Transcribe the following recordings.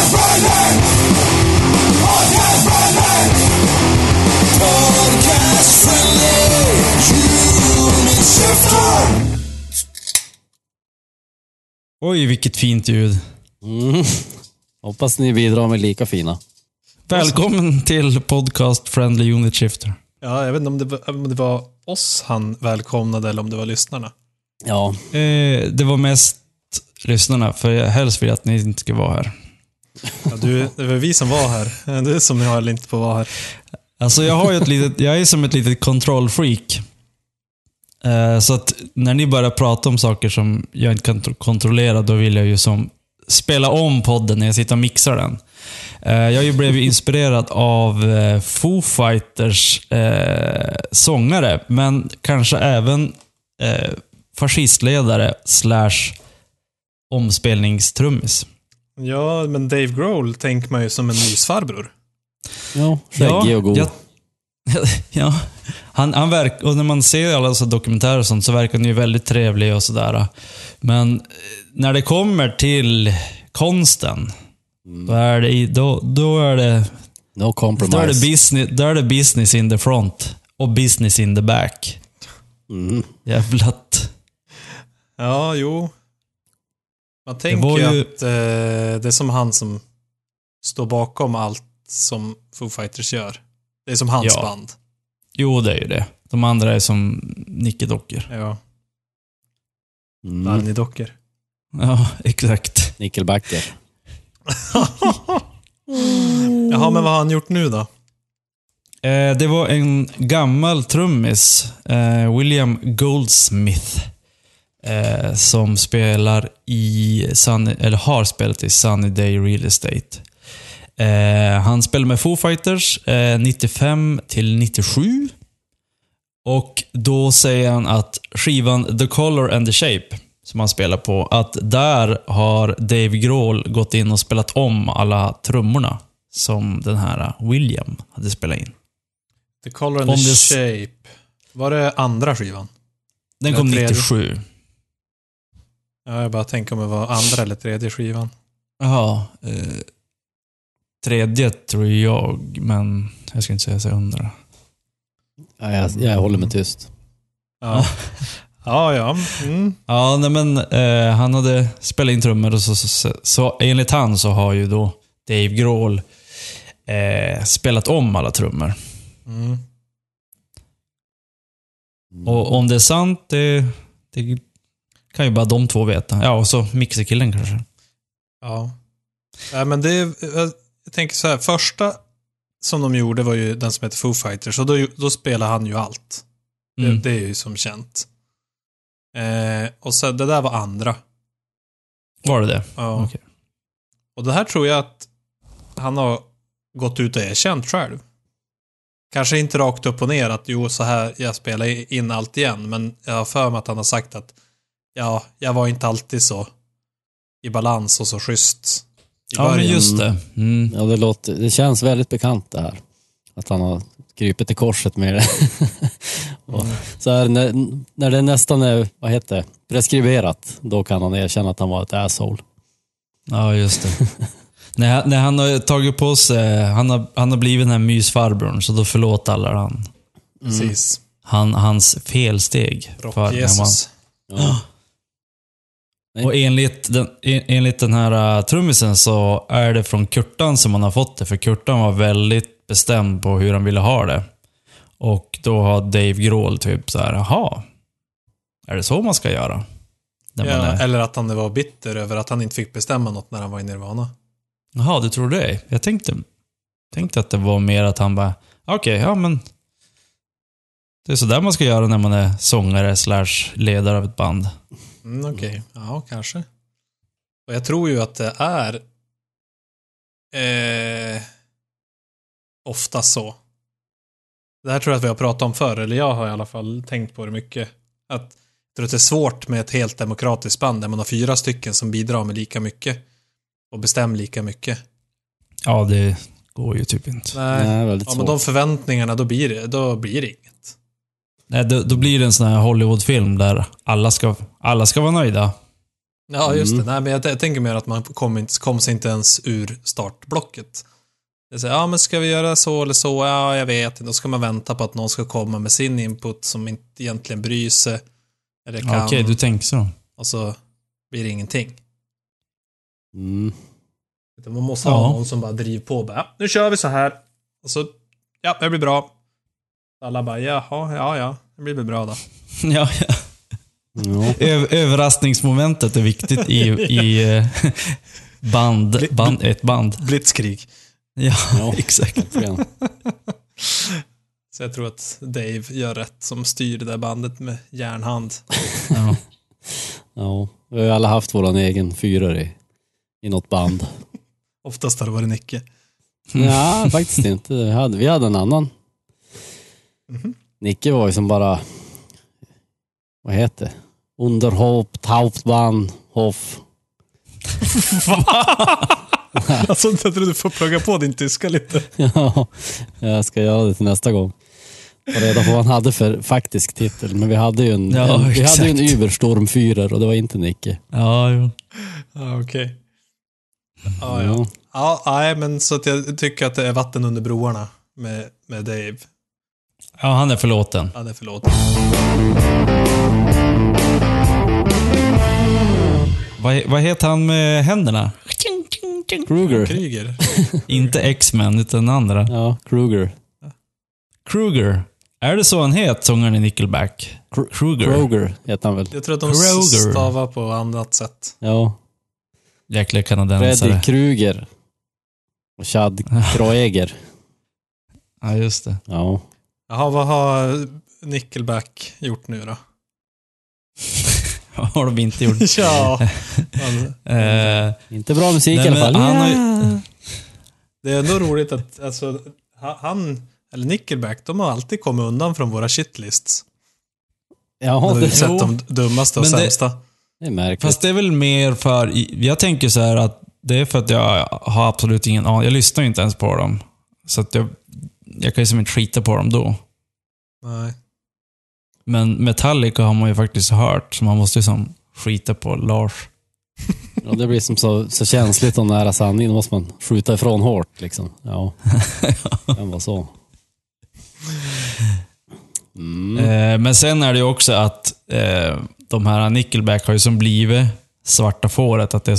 Oj, vilket fint ljud. Hoppas ni bidrar med lika fina. Välkommen till podcast Friendly Unit Shifter. Ja, jag vet inte om det var oss han välkomnade eller om det var lyssnarna. Ja. Det var mest lyssnarna, för jag helst vill att ni inte ska vara här. Ja, det var vi som var här. Du som har inte på att vara här. Alltså jag är som ett litet kontrollfreak. Så att när ni börjar prata om saker som jag inte kan kontrollera, då vill jag ju som spela om podden när jag sitter och mixar den. Jag ju blev inspirerad av Foo Fighters sångare, men kanske även fascistledare / omspelningstrummis. Ja, men Dave Grohl tänker man ju som en mysfarbror. Ja, skäggig och god. Ja, han verkar, och när man ser alla så dokumentärer och sånt, så verkar han ju väldigt trevlig och sådär. Men när det kommer till konsten, då är det no compromise. Då är det business in the front och business in the back. Jävlat. Ja, jo. Man tänker ju att det är som han som står bakom allt som Foo Fighters gör. Det är som hans band. Jo, det är ju det. De andra är som nickedockor. Ja. Barney-dockor. Ja, exakt. Nickelbacker. Jaha, men vad har han gjort nu då? Det var en gammal trummis, William Goldsmith, som spelar har spelat i Sunny Day Real Estate. Han spelade med Foo Fighters 95 till 97. Och då säger han att skivan The Color and the Shape, som han spelar på, att där har Dave Grohl gått in och spelat om alla trummorna som den här William hade spelat in. The Color and the Shape. Var det andra skivan? Den kom 97. Ja, jag bara tänker om det var andra eller tredje skivan. Jaha. Tredje tror jag, men jag ska inte säga så jag undrar. Ja, jag håller mig tyst. Ja. Ja. Mm. Ja, nej, men han hade spelat in trummor och så enligt han så har ju då Dave Grohl spelat om alla trummor. Mm. Och om det är sant, det kan ju bara de två veta. Ja, och så mixerkillen kanske. Ja. Ja, men jag tänker så här, första som de gjorde var ju den som heter Foo Fighters, och då spelar han ju allt. Det är ju som känt. Och så det där var andra. Var det det? Ja. Okay. Och det här tror jag att han har gått ut och erkänt själv. Kanske inte rakt upp och ner att så här jag spelar in allt igen, men jag har för mig att han har sagt att jag var inte alltid så i balans och så schysst. Ja, men just det. Mm. Ja, det känns väldigt bekant det här. Att han har krypit i korset med det. Så här, när det nästan är, preskriberat, då kan han erkänna att han var ett asshole. Ja, just det. när han har tagit på sig, han har blivit den här mysfarbrorn, så då förlåter alla han. Precis. Hans felsteg. Rock Jesus. Ja. Och enligt den här trummisen så är det från Kurtan som man har fått det. För Kurtan var väldigt bestämd på hur han ville ha det. Och då har Dave Grohl typ så här, jaha, är det så man ska göra? Eller att han var bitter över att han inte fick bestämma något när han var i Nirvana. Jaha, du tror det? Jag tänkte att det var mer att han bara, okej, ja men det är så där man ska göra när man är sångare / ledare av ett band. Okej. Ja, kanske. Och jag tror ju att det är ofta så. Det här tror jag att vi har pratat om förr, eller jag har i alla fall tänkt på det mycket. Att jag tror att det är svårt med ett helt demokratiskt band där man har 4 stycken som bidrar med lika mycket och bestämmer lika mycket. Ja, det går ju typ inte. Nej, väldigt men de förväntningarna, då blir det inget. Nej, då blir det en sån här Hollywoodfilm där alla ska vara nöjda. Ja, just det. Nej, men jag tänker mer att man kom sig inte ens ur startblocket. Det säger, ja men ska vi göra så eller så? Ja, jag vet inte. Då ska man vänta på att någon ska komma med sin input som inte egentligen bryr sig. Eller kan. Okej, du tänker så. Och så blir det ingenting. Mm. Man måste ha någon som bara driver på. Bara, ja, nu kör vi så här. Och så, ja, det blir bra. Alla bara, jaha, ja, det blir väl bra då. Ja. Överraskningsmomentet är viktigt i ett band. Blitzkrig. Ja, exakt. Så jag tror att Dave gör rätt som styr det där bandet med järnhand. Ja, vi har ju alla haft våran egen fyrare i något band. Oftast har det varit Nicke. Ja, faktiskt inte. Vi hade en annan. Nicke var ju som bara, vad heter det? Underhauptbahn Hof. Alltså, jag tror du får plugga på din tyska lite. Ja, jag ska göra det till nästa gång. Och reda på vad han hade för faktisk titel. Men vi hade ju en Uberstormfyrer och det var inte Nicke. Ja, jo. Ja, okej. Ja. Ja, nej, men så att jag tycker att det är vatten under broarna med Dave. Ja, han är förlåten. Han är förlåten. Vad heter han med händerna? Kruger. Inte X-Men, utan den andra. Ja, Kruger. Kruger. Är det så han heter, sångaren i Nickelback? Kruger heter han väl. Jag tror att de stavar på annat sätt. Ja. Jäkla kanadensare. Freddy Kruger. Och Chad Kroeger. Ja, just det. Ja. Jaha, vad har Nickelback gjort nu då? Har de inte gjort? Ja. Inte bra musik i alla fall. Det är ändå roligt att alltså, eller Nickelback, de har alltid kommit undan från våra shitlists. Ja, det sett de dummaste och sämsta. Det är märkligt. Fast det är väl mer för... Jag tänker så här att det är för att jag har absolut ingen aning. Jag lyssnar ju inte ens på dem. Så att jag kan ju som inte skita på dem då. Nej. Men Metallica har man ju faktiskt hört. Så man måste ju som skita på Lars. Ja, det blir som så känsligt och nära sanningen. Då måste man skjuta ifrån hårt liksom. Ja, det kan vara så. Men sen är det ju också att de här Nickelback har ju som blivit svarta fåret. Att det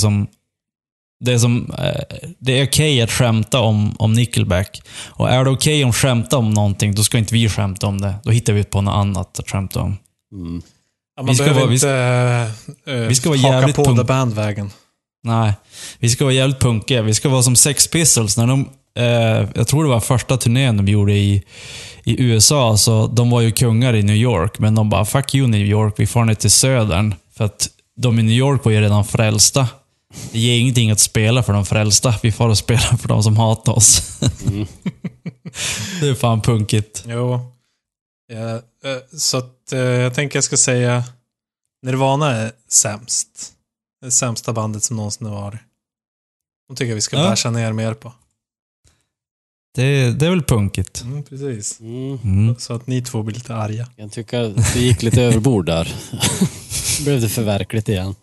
är okej att skämta om Nickelback. Och är det okej att skämta om någonting, då ska inte vi skämta om det. Då hittar vi på något annat att skämta om. Ja, man behöver inte vi ska vara haka jävligt på the bandvägen. Nej, vi ska vara jävligt punkiga. Vi ska vara som Sex Pistols. När de, jag tror det var första turnén de gjorde i USA. Så de var ju kungar i New York. Men de bara, fuck you New York, vi får ner till södern. För att de i New York var ju redan frälsta. Det ger ingenting att spela för de frälsta. Vi får att spela för de som hatar oss. Det är fan punkigt. Jo. Ja, så att jag tänker jag ska säga Nirvana är sämst. Det sämsta bandet som någonsin har varit. De tycker jag vi ska basha ner mer på. Det är väl punkigt. Precis. Så att ni två blir lite arga. Jag tycker att det gick lite överbord där. Blev det för verkligt igen.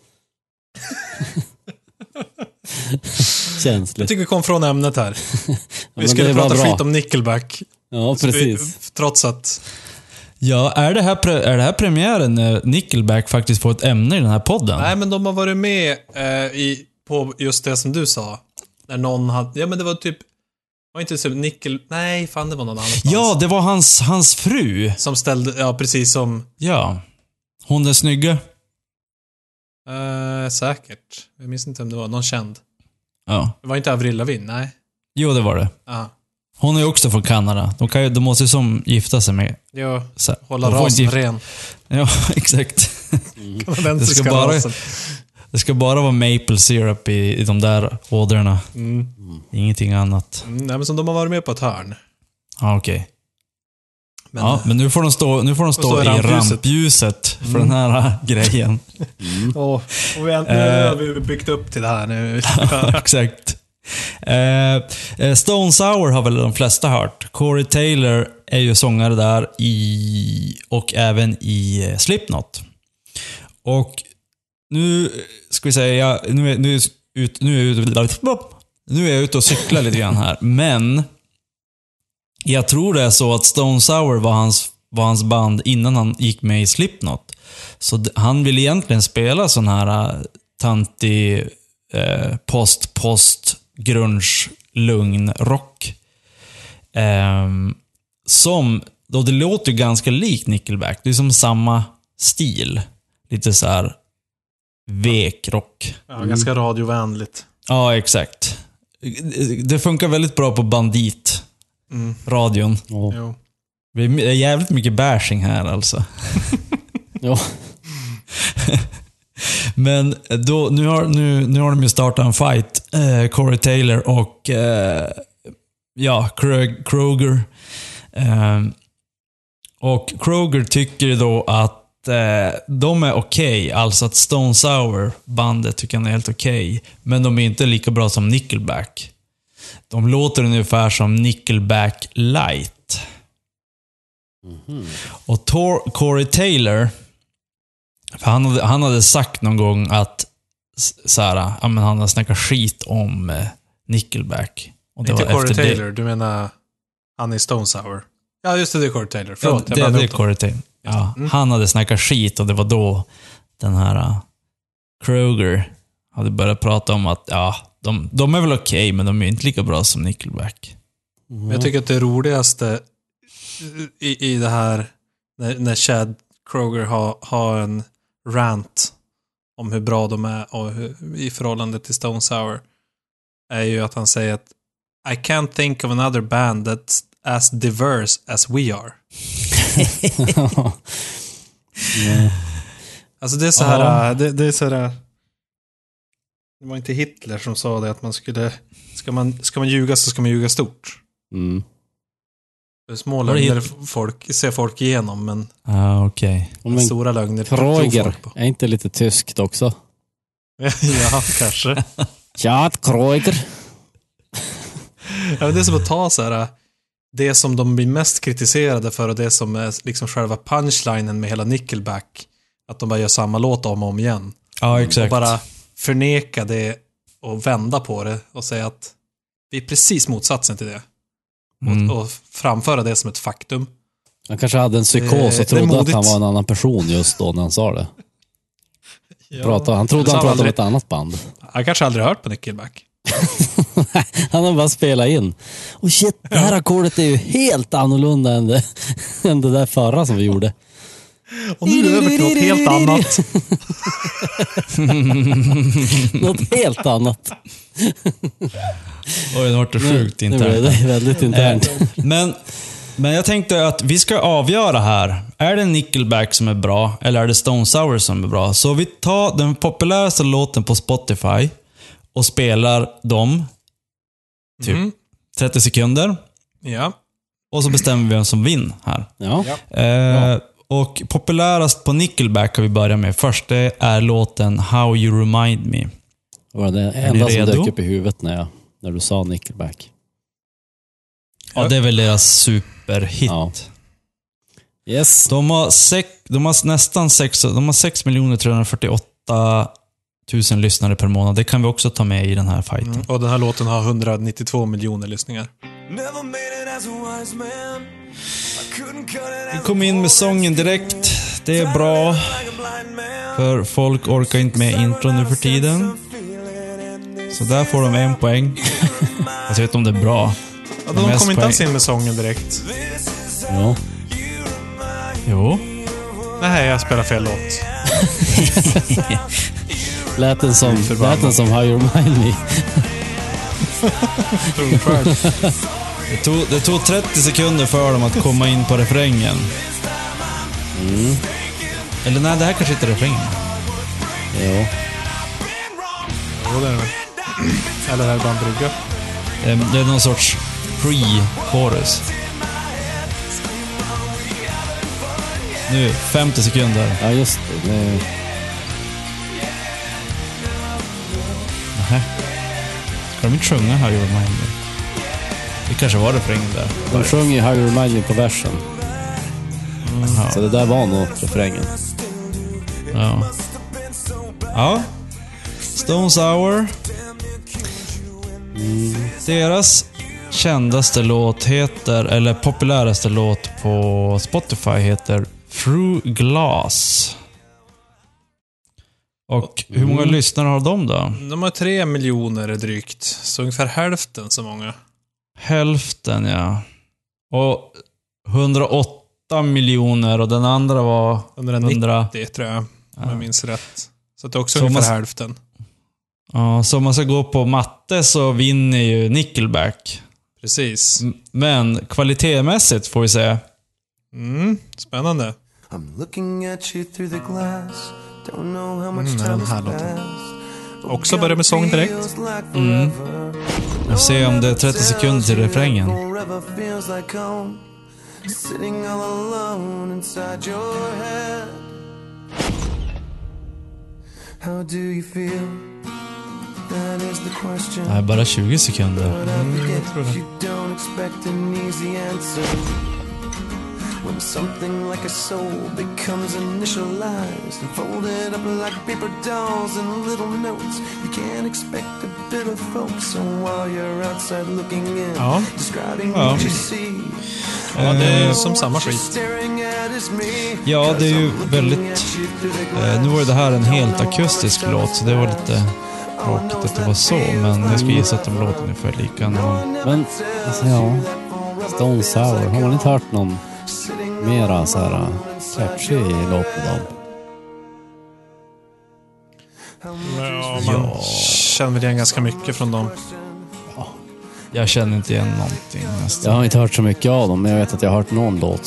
Känsligt. Jag tycker vi kom från ämnet här. Vi skulle prata skit om Nickelback. Ja, precis. Trots att... Ja, är det här premiären när Nickelback faktiskt får ett ämne i den här podden? Nej, men de har varit med på just det som du sa. När någon hade... Ja, men det var typ... Var inte typ Nej, fan det var någon annan. Ja, det var hans fru. Som ställde... Ja, precis som... Ja. Hon är snygga. Säkert. Jag minns inte om det var någon känd. Ja. Det var inte Avril Lavigne, nej. Jo, det var det. Ja. Hon är ju också från Kanada. De måste ju som gifta sig med... Jo, så, hålla rasen ren. Ja, exakt. Kanadensiska rasen. Det ska bara vara maple syrup i de där ådrorna. Ingenting annat. Nej, men som de har varit med på ett hörn. Ja, okej. Men nu får de stå i rampljuset för den här grejen. Nu har vi byggt upp till det här nu. Exakt. Stone Sour har väl de flesta hört. Corey Taylor är ju sångare där och även i Slipknot. Och nu ska vi säga, nu är jag ute och cyklar lite grann här. Men jag tror det är så att Stone Sour var hans band innan han gick med i Slipknot. Så han vill egentligen spela sån här tantig post grunge lugn rock. Som då det låter ganska likt Nickelback. Det är som samma stil. Lite så här vek rock. Ja, ganska radiovänligt. Ja, exakt. Det funkar väldigt bra på Bandit. Radion. Ja. Jo. Det är jävligt mycket bashing här alltså. Ja. Men då, nu har de ju startat en fight. Corey Taylor och Kroger. Och Kroger tycker då att de är okej. Alltså att Stone Sour bandet tycker han är helt okej. Men de är inte lika bra som Nickelback. De låter ungefär som Nickelback light. Och Corey Taylor, för han hade sagt någon gång att han hade snackat skit om Nickelback. Och det inte var Corey efter Taylor, du menar han är Stone Sour. Ja, just det är Corey Taylor. Förlåt, det är Corey Taylor. Ja, han hade snackat skit och det var då den här Kroger hade börjat prata om att de är väl okej, men de är inte lika bra som Nickelback. Men jag tycker att det roligaste i det här när Chad Kroger har en rant om hur bra de är och i förhållande till Stone Sour är ju att han säger att I can't think of another band that's as diverse as we are. Alltså det är så här, det är så här. Det var inte Hitler som sa det att man skulle ska man ljuga så ska man ljuga stort. Små lögner ser folk igenom, men okej. Stora lögner Kroger är inte lite tyskt också? Ja, kanske. Ja, Kroger. Ja, det är som att ta så här det som de blir mest kritiserade för och det som är liksom själva punchlinen med hela Nickelback, att de bara gör samma låt om och om igen. Ja, exakt. Och bara förneka det och vända på det och säga att vi är precis motsatsen till det. Och framföra det som ett faktum. Han kanske hade en psykos och trodde att han var en annan person just då när han sa det. Han trodde han pratade om ett annat band. Han kanske aldrig hört på Nickelback. Han har bara spelat in. Och shit, det här ackordet är ju helt annorlunda än det där förra som vi gjorde. Och nu är det över till något helt annat. Något helt annat. Oj, det var sjukt internt. Det är väldigt internt. Men jag tänkte att vi ska avgöra här. Är det Nickelback som är bra eller är det Stone Sour som är bra? Så vi tar den populäraste låten på Spotify och spelar dem typ 30 sekunder. Ja. Och så bestämmer vi vem som vinner här. Ja. Och populärast på Nickelback har vi börjat med. Först det är låten How You Remind Me. Var det enda som dök upp i huvudet när du sa Nickelback? Ja, det är väl deras superhit. Ja. Yes. De har nästan 6 348 000 lyssnare per månad. Det kan vi också ta med i den här fighten. Och den här låten har 192 miljoner lyssningar. Vi kom in med sången direkt. Det är bra. För folk orkar inte med intro nu för tiden. Så där får de 1 poäng. Jag vet om det är bra. Ja, de kom inte alls in med sången direkt. Ja. Jo. Nej, jag spelar fel låt. Lät den som How You Remind Me. Det tog 30 sekunder för dem att komma in på refrängen. Eller nej, det här kanske inte är refrängen. Ja. Jo, det är det. Eller är det bara en brygga? Det är någon sorts pre-chorus. Nu, 50 sekunder. Ja, just det. Nähä. Ska de inte sjunga How You Remind Me? Det kanske var refrängen där. De sjöng ju How You Remind Me på versen. Så det där var nog refrängen. Ja. Ja. Stone Sour. Deras kändaste låt heter, eller populäraste låt på Spotify heter Through Glass. Och hur många lyssnare har de då? De har 3 miljoner drygt. Så ungefär hälften så många. Hälften, ja. Och 108 miljoner och den andra var 190 tror jag, om jag minns rätt. Så det är också Så ungefär hälften. Ja, så om man ska gå på matte så vinner ju Nickelback. Precis. Men kvalitetmässigt får vi säga. Spännande. I'm looking at you through the glass. Don't know how much den time här has låten. passed. Också börjar med sång direkt. Feels like forever. Jag ser om det är 30 sekunder till refrängen. Forever feels like home. Sitting all alone inside your head. How do you feel? That is the question. Det här är bara 20 sekunder. But I forget you don't expect an easy answer. When something like a soul becomes initialized and folded up like paper dolls and little notes, you can't expect a bit of folks. So while you're outside looking in, Ja. describing what you see, Ja, det är som samma skit. staring at is me. Ja, det är ju väldigt... nu var det här en helt akustisk låt, så det var lite tråkigt att det var så. Men jag skulle gissa att de låter ungefär likadant. Men, alltså ja. Stone Sour, har man inte hört någon mera så här catchy låt med dem? Ja, man känner väl igen ganska mycket från dem. Jag känner inte igen någonting nästan. Jag har inte hört så mycket av dem, men jag vet att jag har hört någon låt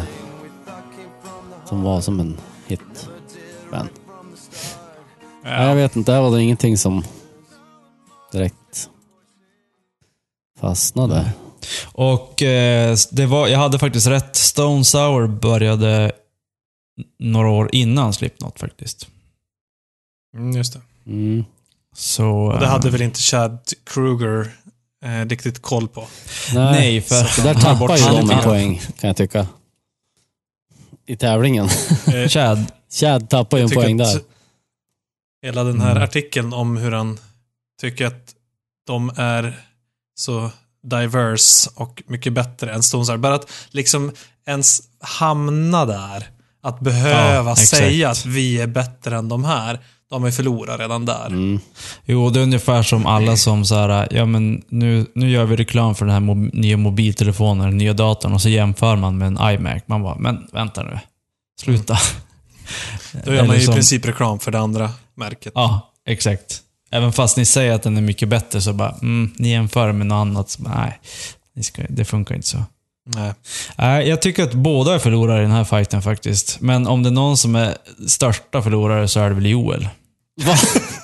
som var som en hit. Men ja, jag vet inte, det var det ingenting som direkt fastnade. Och det var, jag hade faktiskt rätt. Stone Sour började några år innan Slipknot faktiskt. Just det. Mm. Så, Och det hade väl inte Chad Kroeger riktigt koll på. nej, för Så där tappar ju de en poäng, kan jag tycka. I tävlingen. Chad tappar ju en tycker poäng att där. Hela den här artikeln om hur han tycker att de är så diverse och mycket bättre än Stone Sour. Bara att liksom ens hamna där, att behöva säga att vi är bättre än de här, de är förlorare redan där. Jo, det är ungefär som alla som så här, ja men nu gör vi reklam för den här nya mobiltelefonen, den nya datorn, och så jämför man med en iMac. Man bara, men vänta nu. Sluta. Då gör man ju i som, princip reklam för det andra märket. Ja, exakt. Även fast ni säger att den är mycket bättre så bara, ni jämför med något annat. Så, nej, det funkar inte så. Nej. Jag tycker att båda är förlorare i den här fighten faktiskt. Men om det är någon som är största förlorare så är det väl Joel. Va?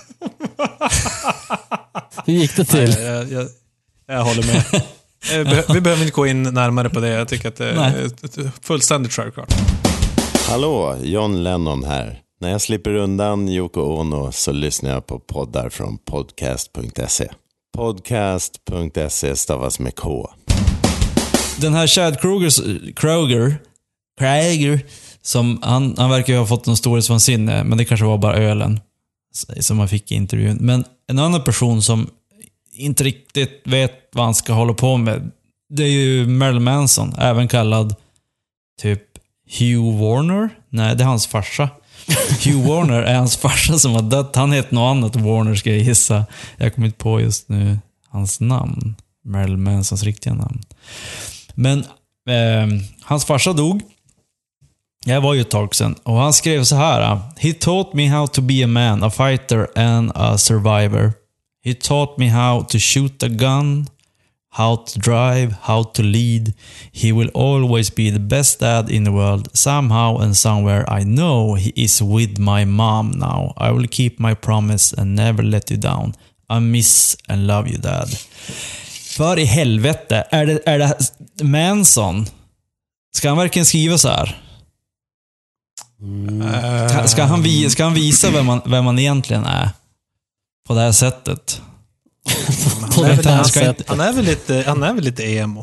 Hur gick det till? Nej, jag håller med. Vi behöver inte gå in närmare på det. Jag tycker att det är ett fullständigt självklart. Hallå, John Lennon här. När jag slipper undan Yoko Ono så lyssnar jag på poddar från podcast.se. Podcast.se stavas med K. Den här Chad Kroeger som han verkar ju ha fått någon storhetsvansinne, men det kanske var bara ölen som han fick i intervjun. Men en annan person som inte riktigt vet vad han ska hålla på med, det är ju Marilyn Manson, även kallad typ Hugh Warner. Nej, det är hans farsa. Hugh Warner är hans farsa som har dött. Han heter något annat Warner, ska jag gissa. Jag kommer inte på just nu hans namn. Marilyn Mansons riktiga namn. Men hans farsa dog. Jag var ju ett tag sedan. Och han skrev så här: He taught me how to be a man, a fighter and a survivor. He taught me how to shoot a gun, how to drive, how to lead. He will always be the best dad in the world. Somehow and somewhere I know he is with my mom now. I will keep my promise and never let you down. I miss and love you, dad. För i helvete, är det Manson? Ska han verkligen skriva så här? Ska han visa vem man egentligen är? På det här sättet? Han är väl lite emo.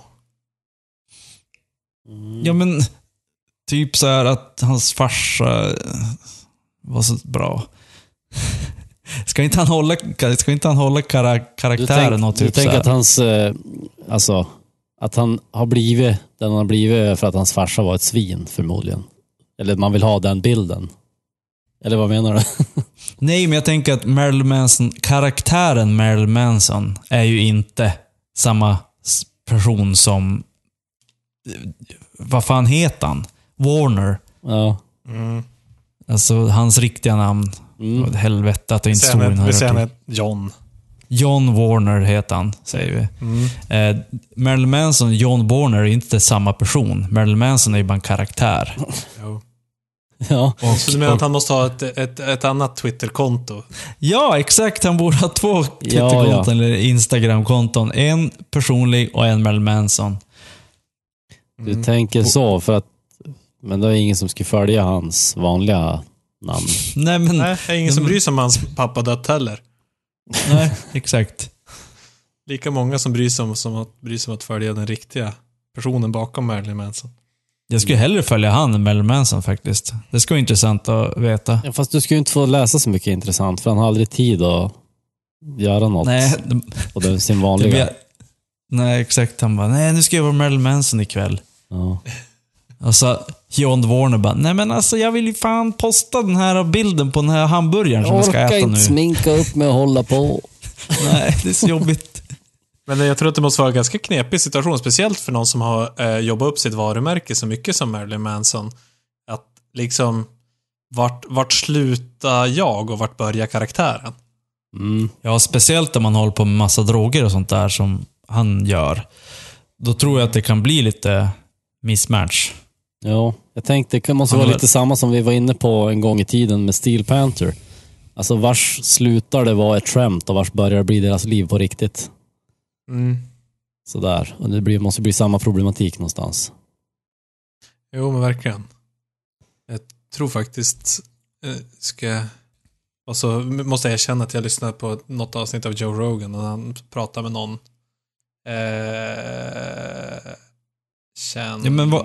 Ja, men typ så här att hans farsa var så bra. Ska inte han hålla karaktären och du typ tänker så att här? hans... alltså, att han har blivit den han har blivit för att hans farsa var ett svin, förmodligen. Eller man vill ha den bilden. Eller vad menar du? Nej, men jag tänker att Marilyn Manson, karaktären Marilyn Manson är ju inte samma person som... Vad fan heter han? Warner. Ja. Alltså hans riktiga namn. Helvete att det inte stod i den här Vi säger artikeln. John. John Warner heter han, säger vi. Marilyn Manson och John Warner är inte samma person. Marilyn Manson är ju bara en karaktär. Jo. Ja. Så du menar att han måste ha ett annat Twitter-konto? Ja, exakt. Han borde ha 2 Twitterkonton eller Instagram-konton. En personlig och en Marilyn Manson. Du tänker så, för att... Men det är ingen som skulle följa hans vanliga namn. Nej, men... Nej, det är ingen som bryr sig om hans pappa dött heller. Nej, exakt. Lika många som bryr sig om att följa den riktiga personen bakom Marilyn Manson. Jag skulle hellre följa han än Marilyn Manson faktiskt. Det skulle vara intressant att veta. Ja, fast du skulle ju inte få läsa så mycket intressant, för han har aldrig tid att göra något. Nej, Och det är sin vanliga. Nej, exakt. Han bara, nej, nu ska jag vara Marilyn Manson ikväll. Ja. Och så John Warner bara, nej men alltså jag vill ju fan posta den här bilden på den här hamburgaren som jag ska äta orkar nu. inte sminka upp med att hålla på. Nej, det är så jobbigt. Men jag tror att det måste vara en ganska knepig situation, speciellt för någon som har jobbat upp sitt varumärke så mycket som Marilyn Manson. Att liksom, vart slutar jag och vart börjar karaktären? Ja, speciellt om man håller på med massa droger och sånt där som han gör. Då tror jag att det kan bli lite mismatch. Ja, jag tänkte det måste vara lite samma som vi var inne på en gång i tiden med Steel Panther. Alltså vars slutar det vara ett skämt och vars börjar det bli deras liv på riktigt? Sådär. Och det måste bli samma problematik någonstans. Jo, men verkligen. Jag tror faktiskt och så måste jag erkänna att jag lyssnade på något avsnitt av Joe Rogan och han pratade med någon känd... Ja, men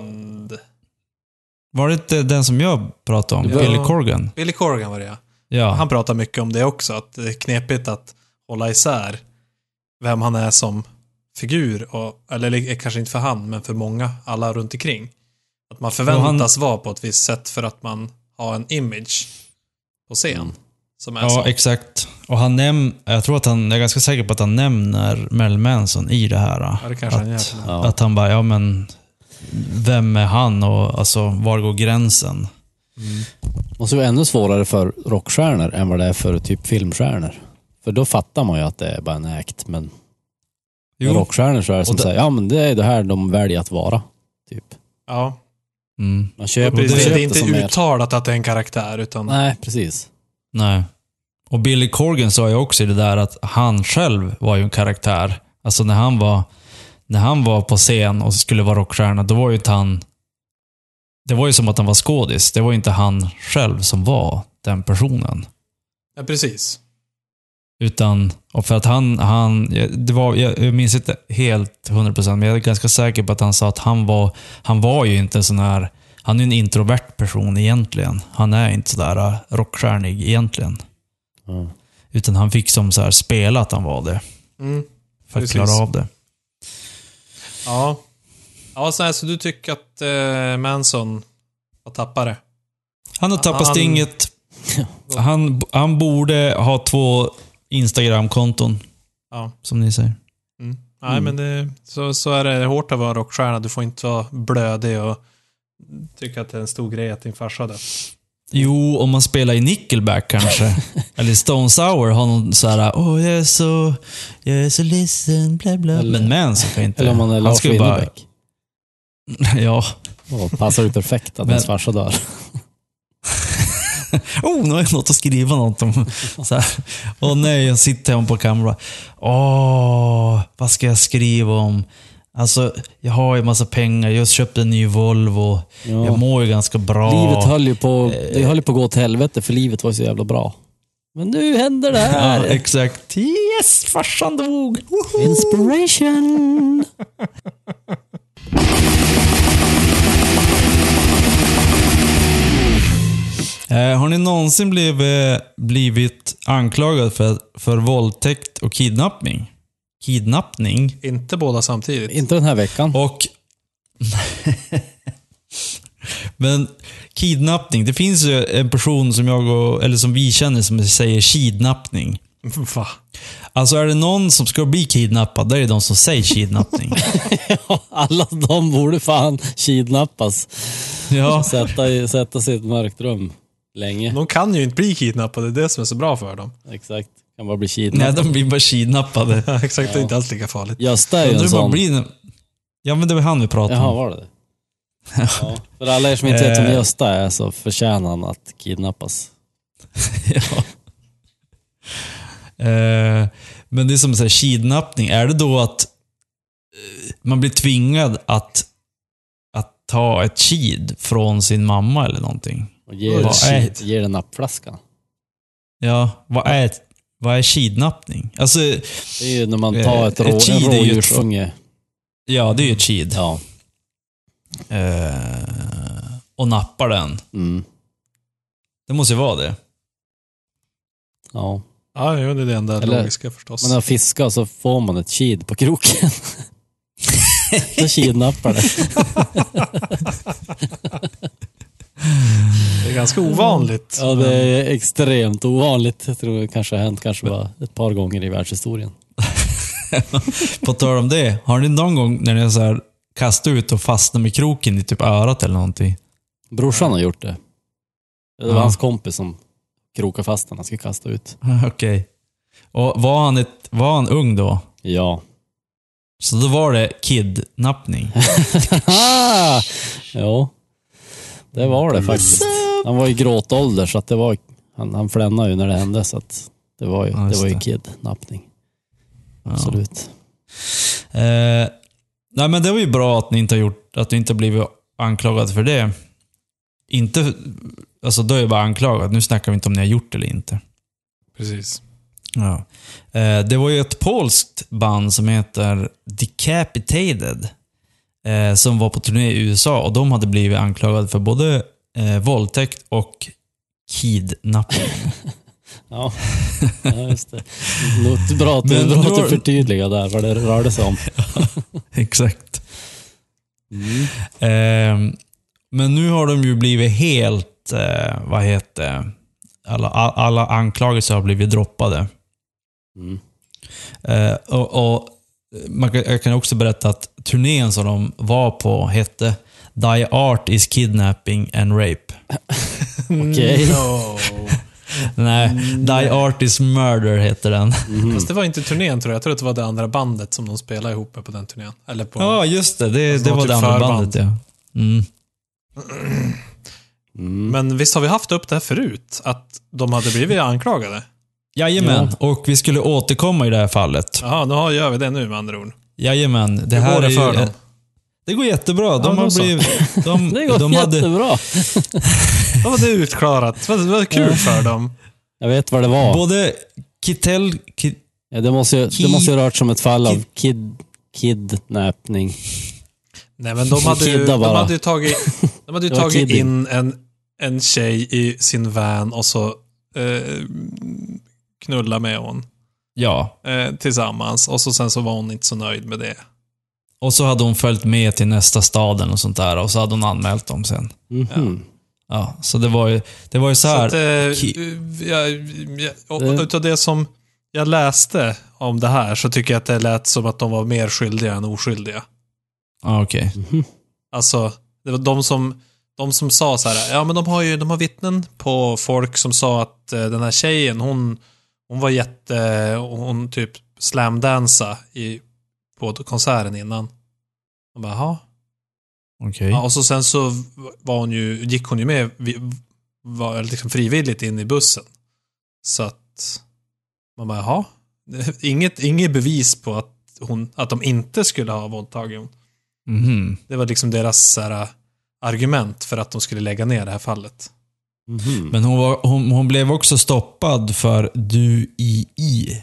var det inte den som jag pratade om? Ja. Billy Corgan? Billy Corgan var det, ja. Ja. Han pratar mycket om det också, att det är knepigt att hålla isär vem han är som figur, eller kanske inte för han, men för många, alla runt omkring. Att man förväntas vara på ett visst sätt för att man har en image på scen. Som är så. Exakt. Och jag tror att jag är ganska säker på att han nämner Marilyn Manson i det här. Ja, det kanske han gör. Ja. Att han bara, ja men vem är han och alltså var går gränsen? Måste vara ännu svårare för rockstjärnor än vad det är för typ filmstjärnor. För då fattar man ju att det är bara en act, men med rockstjärnor så är det som säger, ja men det är det här de väljer att vara. Typ. Ja. Man köper Det är det inte som uttalat att det är en karaktär, utan... Nej, precis. Nej. Och Billy Corgan sa ju också i det där att han själv var ju en karaktär. Alltså när han var på scen och skulle vara rockstjärna, då var ju inte han... Det var ju som att han var skådis. Det var ju inte han själv som var den personen. Ja, precis. Utan, och för att jag minns inte helt 100%, men jag är ganska säker på att han sa att han var ju inte sån här, han är en introvert person egentligen. Han är inte sådär rockstjärnig egentligen. Utan han fick som så här spela att han var det. För att klara av det. Ja. Ja, så du tycker att Manson har tappat det? Han har tappat stinget. Han borde ha 2 Instagram-konton. Ja. Som ni säger. Nej, men så är det hårt att vara rockstjärna. Du får inte vara blödig och tycka att det är en stor grej att din farsa dör. Jo, om man spelar i Nickelback kanske. Eller Stone Sour har någon så här, jag är så ledsen, bla bla. Men Manson kan inte. Eller om man är Lars Winnerbäck. Ja. Passar det perfekt att ens farsa dör. Nu har jag något att skriva något om. Så här. Nej, jag sitter hemma på kameran. Vad ska jag skriva om? Alltså, jag har ju massa pengar. Jag köpte en ny Volvo. Ja. Jag mår ju ganska bra. Livet höll ju på att gå åt helvete, för livet var så jävla bra. Men nu händer det här. Ja, exakt. Yes, farsan dog. Woho! Inspiration. Har ni någonsin blivit anklagad för våldtäkt och kidnappning? Kidnappning? Inte båda samtidigt. Inte den här veckan. Och... Men kidnappning, det finns ju en person som som vi känner som säger kidnappning. Va? Alltså är det någon som ska bli kidnappad, då är det de som säger kidnappning. Ja, alla de borde fan kidnappas. Ja. Sätta sig i ett mörkt rum länge. De kan ju inte bli kidnappade, det är det som är så bra för dem. Exakt. Kan bara bli Nej, kidnappade. de blir bara kidnappade. Ja, exakt, det är inte alls lika farligt. Gösta är ju Undrar en vad sån. blir... Ja, men det var han vi pratade Jaha, om. var det? Ja. För alla er som inte vet vem Gösta är så förtjänar han att kidnappas. Ja. Men det är som så här, kidnappning. Är det då att man blir tvingad att ta ett kid från sin mamma eller någonting? Och ger den nappflaskan. Ja, vad är kidnappning? Alltså, Det är ju när man tar ett kid är ju rådjursunge. ja, det är ju ett kid. Ja. Och nappar den. Mm. Det måste ju vara det. Ja. Ja, det är det enda Eller- logiska förstås. Men när man fiskar så får man ett kid på kroken. Så kidnappar det. Det är ganska ovanligt. Ja, det är extremt ovanligt. Jag tror det kanske har hänt bara ett par gånger i världshistorien. På tal om det, har ni någon gång när ni har så här kastat ut och fastnat med kroken i typ örat eller någonting? Brorsan har gjort det. Det var Ja. hans kompis som krokade fast den han skulle kasta ut. Okej. Och var han ung då? Ja. Så då var det kidnappning. Ja. Det var det faktiskt. Han var i gråtålder så att det var... Han flännade ju när det hände så att det var ju, Ja, just det var ju det. kidnappning. Ja. Absolut. Nej, men det var ju bra att ni inte har att ni inte har blivit anklagad för det. Inte... Alltså då är jag bara anklagad. Nu snackar vi inte om ni har gjort det eller inte. Precis. Ja. Det var ju ett polskt band som heter Decapitated som var på turné i USA och de hade blivit anklagade för både våldtäkt och kidnappning. Ja, just det. Något bra att Men du nu har- förtydliga där vad det rörde sig om. Exakt. Mm. Men nu har de ju blivit helt, vad heter alla anklagelser har blivit droppade. Mm. Jag kan också berätta att turnén som de var på hette Die Art is Kidnapping and Rape. Okej. No. Nej, Die Art is Murder heter den. Fast det var inte turnén tror jag. Jag tror att det var det andra bandet som de spelade ihop med på den turnén. Eller på... Ja, just det. Alltså, Det det var var typ det andra förband. bandet, ja. Men visst har vi haft upp det här förut? Att de hade blivit anklagade? Jajamän, och vi skulle återkomma i det här fallet. Jaha, gör vi det nu med andra ord. Jajamän, det Hur här går det är för ju... dem? Det går jättebra. då så. Det går de hade, jättebra. Vad var det utklarat? Vad var kul för dem? Jag vet vad det var. både Kittel... Ja, det måste ju rört som ett fall av kidnappning. Nej, men de hade Kidda bara. de hade ju tagit Det var tagit kidding. in en tjej i sin van och så knulla med hon Ja, tillsammans. Och så sen så var hon inte så nöjd med det. och så hade hon följt med till nästa staden och sånt där. Och så hade hon anmält dem sen. Mhm. Ja, så det var ju så Så här. att, utav det som jag läste om det här så tycker jag att det lät som att de var mer skyldiga än oskyldiga. Ja, okej. Alltså, det var de som sa så här, ja men de har vittnen på folk som sa att den här tjejen, hon var hon typ slamdansa på konserten innan. De bara, jaha. Okej. Ja, och så sen så gick hon ju med, var liksom frivilligt in i bussen. Så att man bara, jaha. Inget bevis på att de inte skulle ha våldtagit hon. Mhm. Det var liksom deras så här, argument för att de skulle lägga ner det här fallet. Mhm. Men hon blev också stoppad för DUI.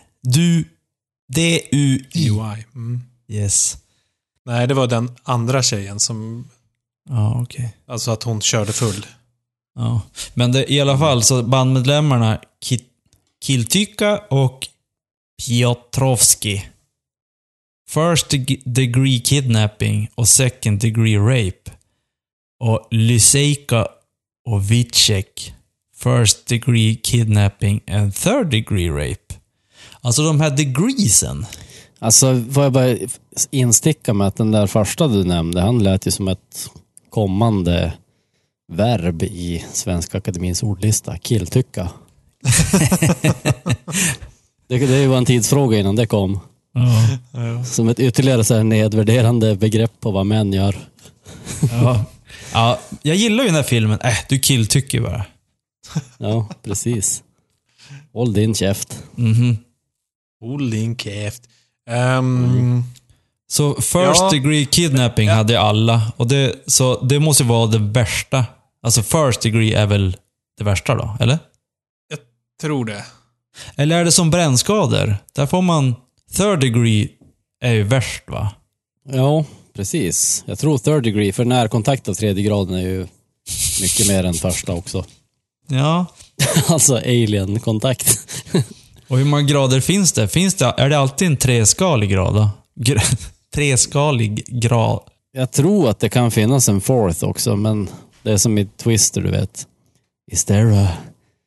DUI. Mm. Yes. Nej, det var den andra tjejen som, Ja, okej. alltså att hon körde full. Ja. Men i alla fall så bandmedlemmarna Kiltyka och Piotrowski. First degree kidnapping och second degree rape. Och Lyseika och Witschek. First degree kidnapping and third degree rape. Alltså de här degreesen. Alltså, får jag bara insticka med att den där första du nämnde, han lät ju som ett kommande verb i Svenska Akademins ordlista. Killtycka. det var en tidsfråga innan det kom. Ja. Som ett ytterligare så här nedvärderande begrepp på vad män gör. Ja, jag gillar ju den här filmen. Du killtycker bara. Ja, precis. Håll din käft. Håll din käft. Så first degree kidnapping hade alla. Och det måste vara det värsta. Alltså first degree är väl det värsta då, eller? Jag tror det. Eller är det som brännskador? Där får man third degree är ju värst, va? Ja, precis. Jag tror third degree, för närkontakt av tredje graden är ju mycket mer än första också. Ja. Alltså alien-kontakt. Och hur många grader finns det? Är det alltid en treskalig grad då? Treskalig grad. Jag tror att det kan finnas en fourth också, men det är som i Twister, du vet. Is there a...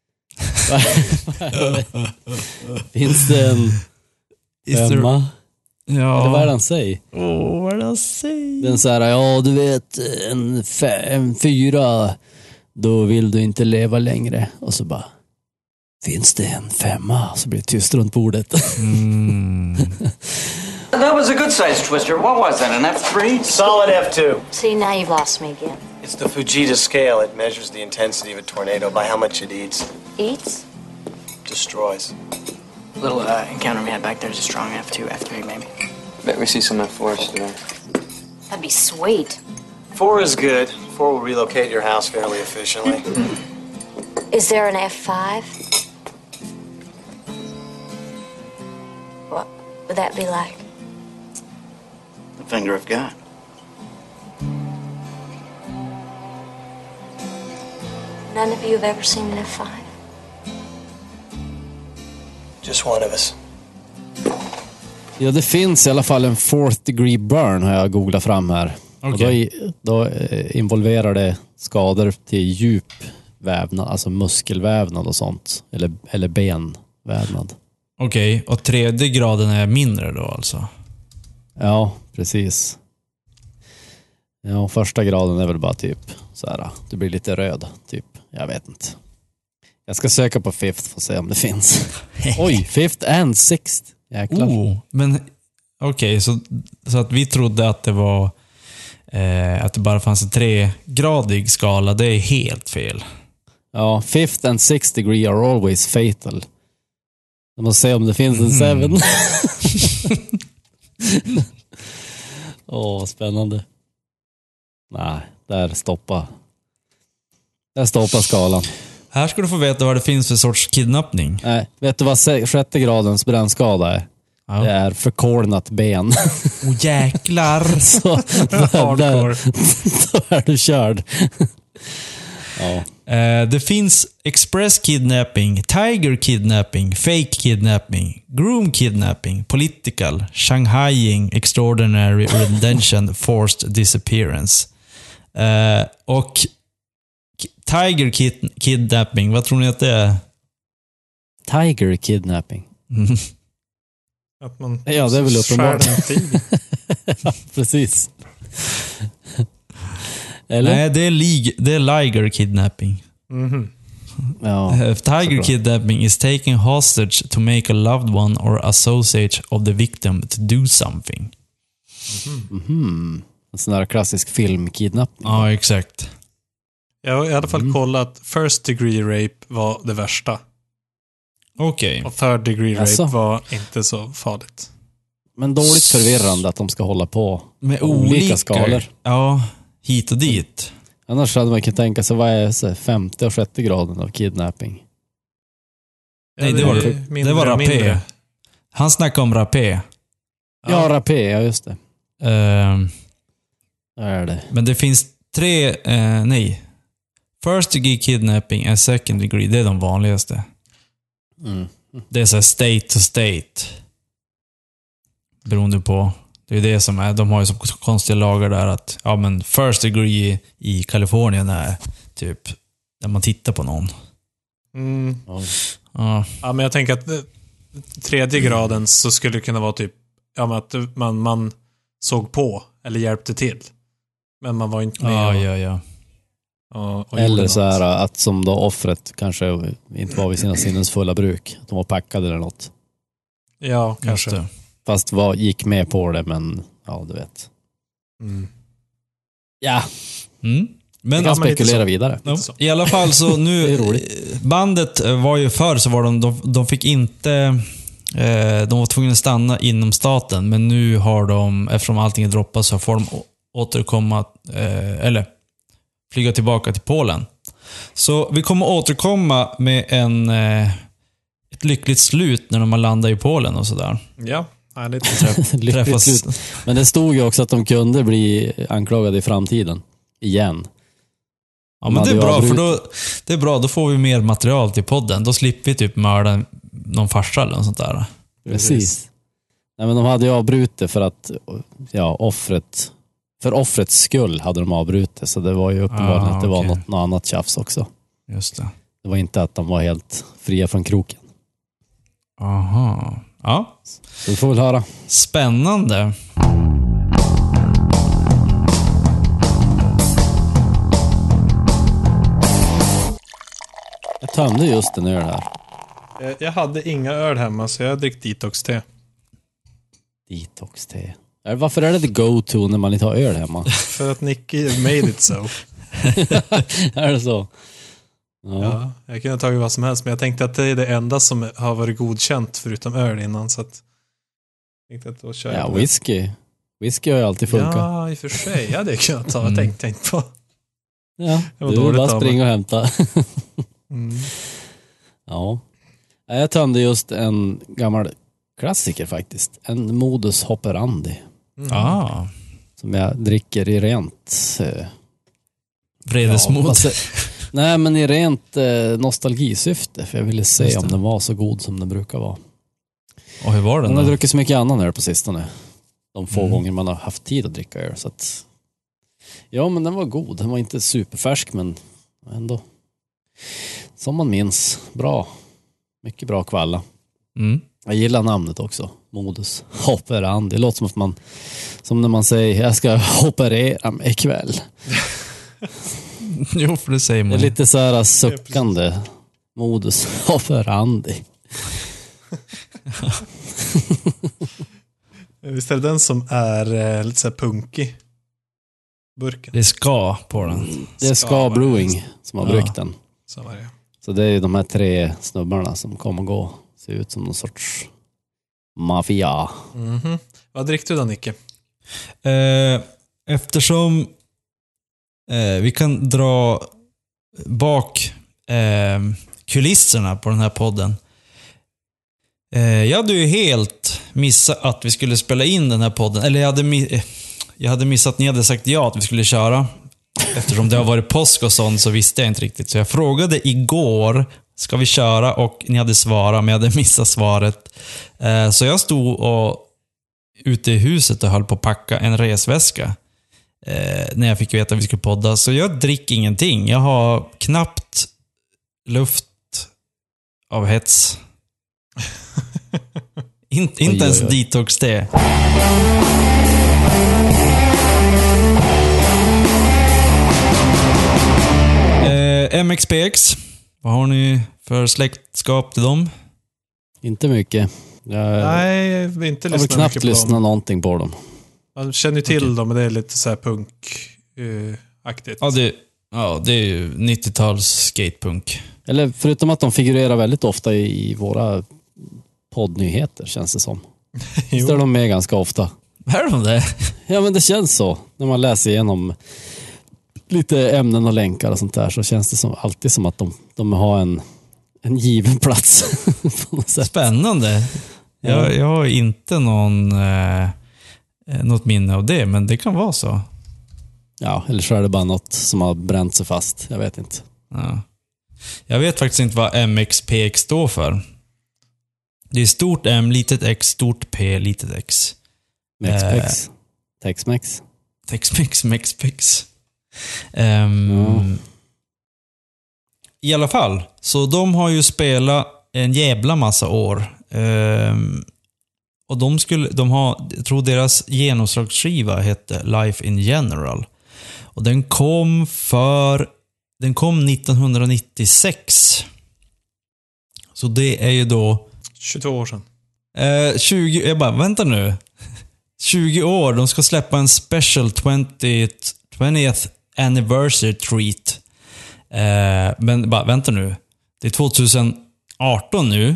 Finns det en femma? Ja. Eller vad är det han säger? Vad är det han säger? Den så här, ja du vet, en 4, då vill du inte leva längre. Och så bara, finns det en 5? Så blir det tyst runt bordet. That was a good size twister. What was that, an F3? Solid F2. See, now you've lost me again. It's the Fujita scale. It measures the intensity of a tornado by how much it eats. Eats? Destroys. Little encounter we had back there's a strong F2, F3 maybe. Bet we see some F4s today. That'd be sweet. 4 is good. 4 will relocate your house fairly efficiently. Is there an F5? What would that be like? The finger of God. None of you have ever seen an F5? Just one of us. Ja, det finns i alla fall en fourth degree burn, har jag googlat fram här. Okay. Och då involverar det skador till djup vävnad, alltså muskelvävnad och sånt. Eller benvävnad. Okej, och tredje graden är mindre då alltså? Ja, precis. Ja, första graden är väl bara typ så här, du blir lite röd, typ. Jag vet inte. Jag ska söka på fifth för att se om det finns. Oj, fifth and sixth. Jäklar. Men okej, så att vi trodde att det var att det bara fanns en 3-gradig skala, det är helt fel. Ja, fifth and sixth degree are always fatal. Jag måste se om det finns en 7. Spännande. Nej, där stoppar skalan. Här ska du få veta vad det finns för sorts kidnappning. Nej, vet du vad 6:e gradens brännskada är? Ja. Det är förkolnat ben. Jäklar! Så då är du körd. Ja. Det finns express kidnapping, tiger kidnapping, fake kidnapping, groom kidnapping, political, shanghaiing, extraordinary retention, forced disappearance. Och tiger kidnapping, vad tror ni att det är? Tiger kidnapping. Att man Ja, det är väl uppenbart. Ja, precis. Eller? Nej, det är liger kidnapping. Ja, Tiger kidnapping is taking hostage to make a loved one or associate of the victim to do something. En sån där klassisk filmkidnappning. Ja, exakt. Jag har i alla fall kollat first degree rape var det värsta. Okej. Och third degree rape Alltså. var inte så farligt. Men dåligt förvirrande att de ska hålla på Med olika skalor. Ja, hit och dit. Annars hade man kunnat tänka sig, vad är så 5:e och 6:e graden av kidnapping? Nej, det var rapé. Han snackade om rapé. Ja, rapé, ja just det. Ehm, Där är det. Men det finns First degree kidnapping and second degree, det är de vanligaste. Det är så här state to state. Beroende på, det är det som är, de har ju så konstiga lagar där att, ja men first degree i Kalifornien är typ när man tittar på någon. Ja, men jag tänker att tredje graden så skulle det kunna vara typ, ja men att man såg på eller hjälpte till. Men man var inte med. Ja. Och eller så här att som då offret kanske inte var vid sina sinnens fulla bruk. Att de var packade eller något. Ja, kanske. Fast gick med på det, men ja, du vet. Ja. Men kan spekulera vidare. Ja. I alla fall så nu bandet var ju förr så var de fick inte de var tvungna att stanna inom staten, men nu har de, eftersom allting är droppat, så får de återkomma eller flyga tillbaka till Polen. Så vi kommer återkomma med ett lyckligt slut när de har landat i Polen och sådär. Ja, härligt. Lyckligt slut. Men det stod ju också att de kunde bli anklagade i framtiden. Igen. Ja, men det är bra, för då får vi mer material till podden. Då slipper vi typ mörda någon farsa eller något sånt där. Precis. Nej, men de hade ju avbrutit för att för offrets skull hade de avbrutit, så det var ju uppenbarligen att det var något annat tjafs också. Just det. Det var inte att de var helt fria från kroken. Aha. Ja. Så vi får väl höra. Spännande. Jag tömde just en öl här. Jag hade inga öl hemma, så jag drick detox-te. Detox-te. Varför är det the go-to när man inte har öl hemma? För att Nicky made it so. Är det så? Ja, jag kunde ha tagit vad som helst, men jag tänkte att det är det enda som har varit godkänt förutom öl innan, så att jag tänkte att då kör jag whisky. Whisky har ju alltid funkat. Ja, i och för sig. Ja, det kunde jag ta. Jag tänkte inte på. Ja, du bara springa och hämta. Ja. Jag tömde just en gammal klassiker faktiskt. En modus operandi. Som jag dricker i rent vredesmod. Nej, men i rent nostalgisyfte. För jag ville se om den var så god som den brukar vara. Och hur var den då? Man har druckit så mycket annan öl på sistone. De få gånger man har haft tid att dricka öl. Så att, ja, men den var god. Den var inte superfärsk, men ändå. Som man minns. Bra. Mycket bra kvalla. Jag gillar namnet också. Modus operandi. Det låter som att man, som när man säger jag ska operera mig ikväll. Jo, för det säger man. Det är lite så här suckande. Modus operandi. Visst är det den som är lite så här punkig? Burken. Det är ska på den. Det är Ska Brewing som har bryggt den. Så var det. Så det är ju de här 3 snubbarna som kommer gå. Ser ut som någon sorts mafia. Vad dricker du då, Nicke? Eftersom vi kan dra bak kulisserna på den här podden. Jag hade ju helt missat att vi skulle spela in den här podden. Eller jag hade missat att ni hade sagt ja att vi skulle köra. Eftersom det har varit påsk och sånt så visste jag inte riktigt. Så jag frågade igår, ska vi köra? Och ni hade svarat, men jag hade missat svaret. Så jag stod ute i huset och höll på att packa en resväska. När jag fick veta att vi skulle podda. Så jag dricker ingenting. Jag har knappt luft av hets. Inte ens detox-te. MXPX. Vad har ni för släktskap till dem? Inte mycket. Nej, vi inte jag har knappt lyssnat någonting på dem. Man känner ju till dem, men det är lite så här punk-aktigt. Ja, det är ju 90-tals skatepunk. Eller förutom att de figurerar väldigt ofta i våra poddnyheter, känns det som. Visst är de med ganska ofta? Är de det? Ja, men det känns så. När man läser igenom lite ämnen och länkar och sånt där, så känns det alltid som att de har en given plats. På något sätt. Spännande. Jag har inte något minne av det, men det kan vara så. Ja, eller så är det bara något som har bränt sig fast. Jag vet inte. Ja. Jag vet faktiskt inte vad MXPX står för. Det är stort M, litet X, stort P, litet X. Mexpex. Tex-Mex. Tex-Mex, Mexpex. I alla fall, så de har ju spelat en jävla massa år. Och jag tror deras genomslagsskiva hette Life in General. Och den kom 1996. Så det är ju då 22 år sedan. 20, jag bara, vänta nu. 20 år, de ska släppa en special 20th anniversary treat. Men bara, vänta nu. Det är 2018 nu.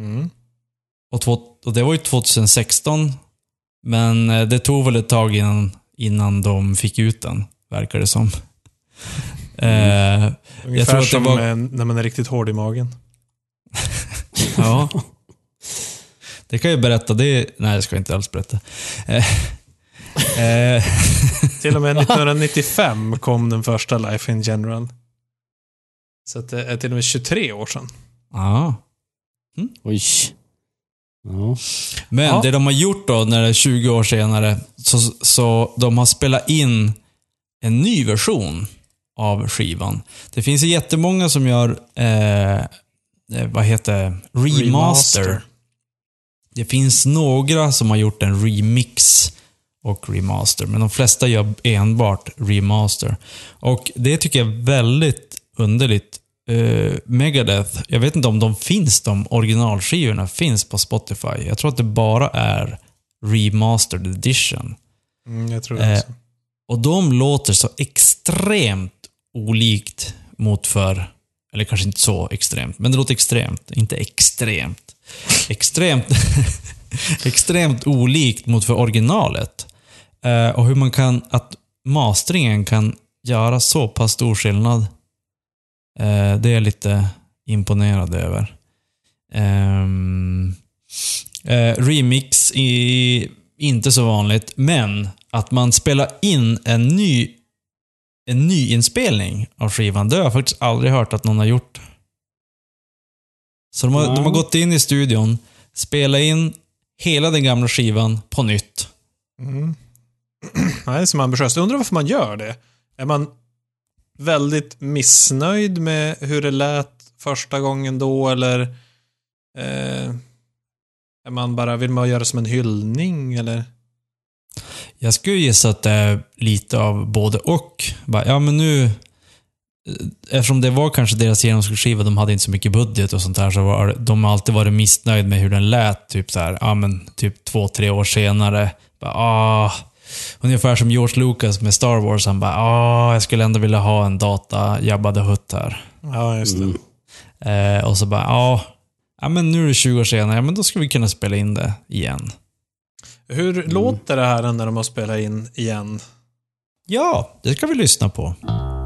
Och det var ju 2016. Men det tog väl ett tag innan de fick ut den, verkar det som. Ungefär jag tror att som det var... när man är riktigt hård i magen. Ja. Det kan jag berätta. Nej, det ska jag inte alls berätta. Till och med 1995 kom den första Life in General. Så att det är till och med 23 år sedan. Ja. Oj. Ja. Men det de har gjort då, när det är 20 år senare, så de har spelat in en ny version av skivan. Det finns ju jättemånga som gör remaster. Det finns några som har gjort en remix och remaster, men de flesta gör enbart remaster. Och det tycker jag är väldigt underligt. Megadeth, jag vet inte om de originalskivorna finns på Spotify. Jag tror att det bara är remastered edition. Jag tror det också. Och de låter så extremt olikt eller kanske inte så extremt, men det låter extremt, inte extremt. Extremt olikt mot för originalet. Och hur att masteringen kan göra så pass stor skillnad. Det är jag lite imponerad över. Remix är inte så vanligt, men att man spelar in en ny inspelning av skivan, det har jag faktiskt aldrig hört att någon har gjort. Så de har gått in i studion, spelat in hela den gamla skivan på nytt. Nej, som ambitiöst. Jag undrar varför man gör det. Är man väldigt missnöjd med hur det lät första gången då, eller är man vill man göra det som en hyllning, eller? Jag skulle gissa att det är lite av både och. Ja, men nu, eftersom det var kanske deras genomslagsskiva, de hade inte så mycket budget och sånt där, så de har alltid varit missnöjd med hur den lät, typ så här, ja men typ 2-3 år senare. Ungefär som George Lucas med Star Wars, han bara, jag skulle ändå vilja ha en data Jabba the Hutt här. Ja, just det. Och så bara, men nu är det 20 år senare, men då ska vi kunna spela in det igen. Hur låter det här när de har spelat in igen? Ja, det ska vi lyssna på.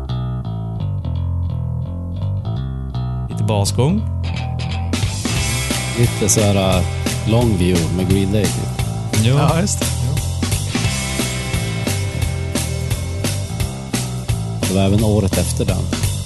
Lite basgång. Lite så här long view med Green Day. Ja, just det. Det var även året efter den.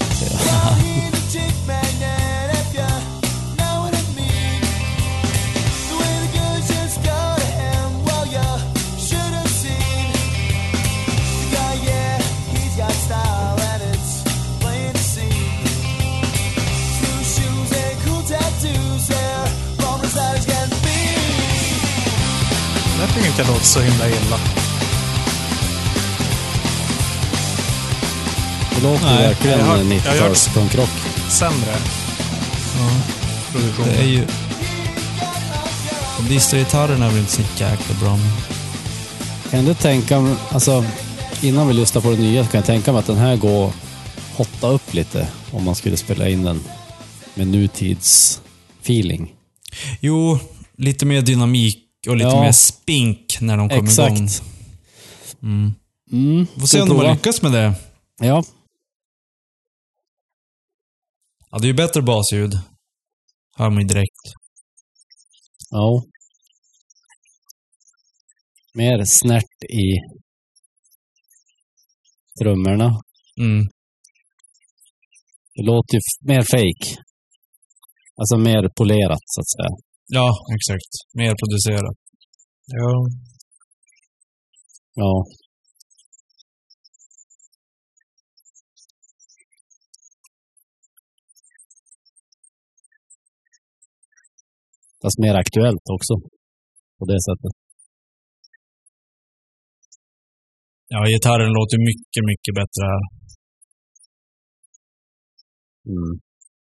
Jag tycker inte det låter så himla illa. Det låter verkligen 90-tals punkrock. Sämre. Produktion. Det är ju... De distorgitarrerna är väl inte så jäkla bra. Kan du tänka mig, alltså innan vi lyssnar på det nya, så kan jag tänka mig att den här går hotta upp lite om man skulle spela in den med nutids feeling. Jo, lite mer dynamik och lite mer spink när de kommer igång. Exakt. Får se om de har lyckats med det. Ja. Ja, det är ju bättre basljud. Hör man ju direkt. Ja. Mer snärt i trummorna. Det låter ju mer fake. Alltså mer polerat så att säga. Ja, exakt. Mer producerat. Ja. Ja. Fast mer aktuellt också. På det sättet. Ja, gitarren låter mycket, mycket bättre här. Mm.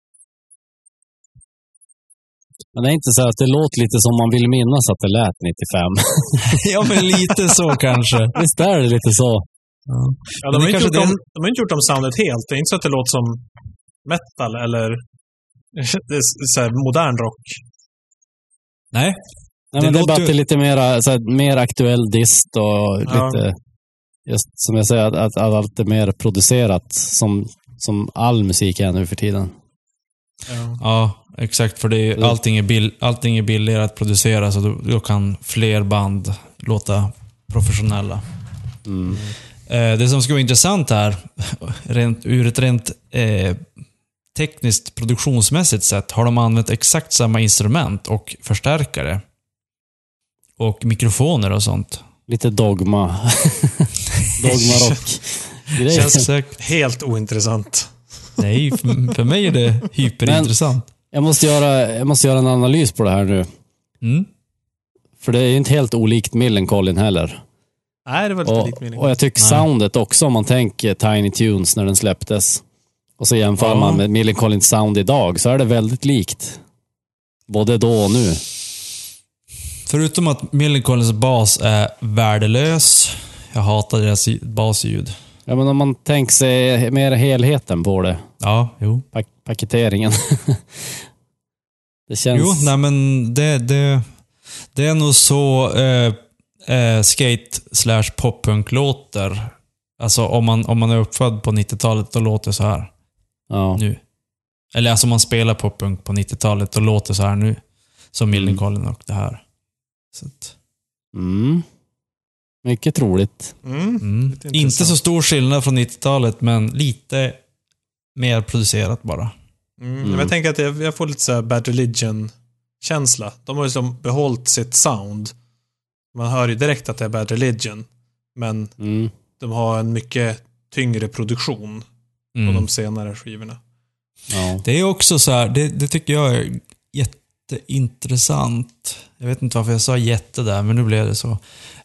Men det är inte så att det låter lite som man vill minnas att det lät 95. Ja, men lite så kanske. Visst är det lite så. Ja, de har inte gjort om soundet helt. Det är inte så att det låter som metal eller så här, modern rock. Nej. Nej, men det är bara att det är lite mer aktuell dist och lite, just som jag säger, att allt är mer producerat som all musik är nu för tiden. Ja, exakt. För det är, allting är billigare att producera, så då kan fler band låta professionella. Mm. Det som ska vara intressant här, ur ett rent tekniskt produktionsmässigt sätt, har de använt exakt samma instrument och förstärkare. Och mikrofoner och sånt. Lite dogma. Dogma-rock. Känns helt ointressant. Nej, för mig är det hyperintressant. Men jag måste göra en analys på det här nu. Mm. För det är inte helt olikt Millencolin heller. Nej, det var lite likt Millencolin. Och jag tycker soundet också, om man tänker Tiny Tunes när den släpptes. Och så jämför man med Millencolins sound idag, så är det väldigt likt. Både då och nu. Förutom att Millencolins bas är värdelös. Jag hatar deras basljud. Ja, men om man tänker sig mer helheten på det. Ja, jo. Paketeringen. Det känns... Jo, nej men det är nog så skate/poppunk låter. Alltså om man är uppfödd på 90-talet, då låter det så här. Ja. Nu. Eller alltså om man spelar poppunk på 90-talet, då låter det så här nu. Som Millencolin och det här. Så att... Mycket troligt. Inte så stor skillnad från 90-talet, men lite mer producerat bara. Men jag tänker att jag får lite så här Bad Religion-känsla. De har ju liksom behållit sitt sound. Man hör ju direkt att det är Bad Religion. Men de har en mycket tyngre produktion på de senare skivorna. Ja. Det är också så här, det tycker jag är jätteintressant. Jag vet inte varför jag sa jätte där, men nu blev det så.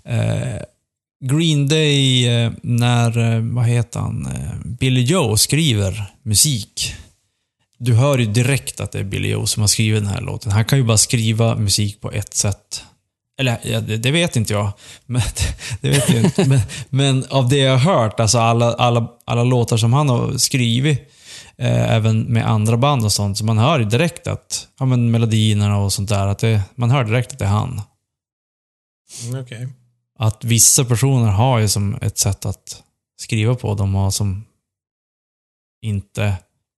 Green Day, när, vad heter han, Billy Joe skriver musik. Du hör ju direkt att det är Billy Joe som har skrivit den här låten. Han kan ju bara skriva musik på ett sätt. Eller, ja, det vet inte jag. Men, det vet jag inte. Men av det jag har hört, alltså alla låtar som han har skrivit, även med andra band och sånt, så man hör ju direkt att, ja men melodierna och sånt där, att man hör direkt att det är han. Okej. Att vissa personer har ju som ett sätt att skriva på, de har som inte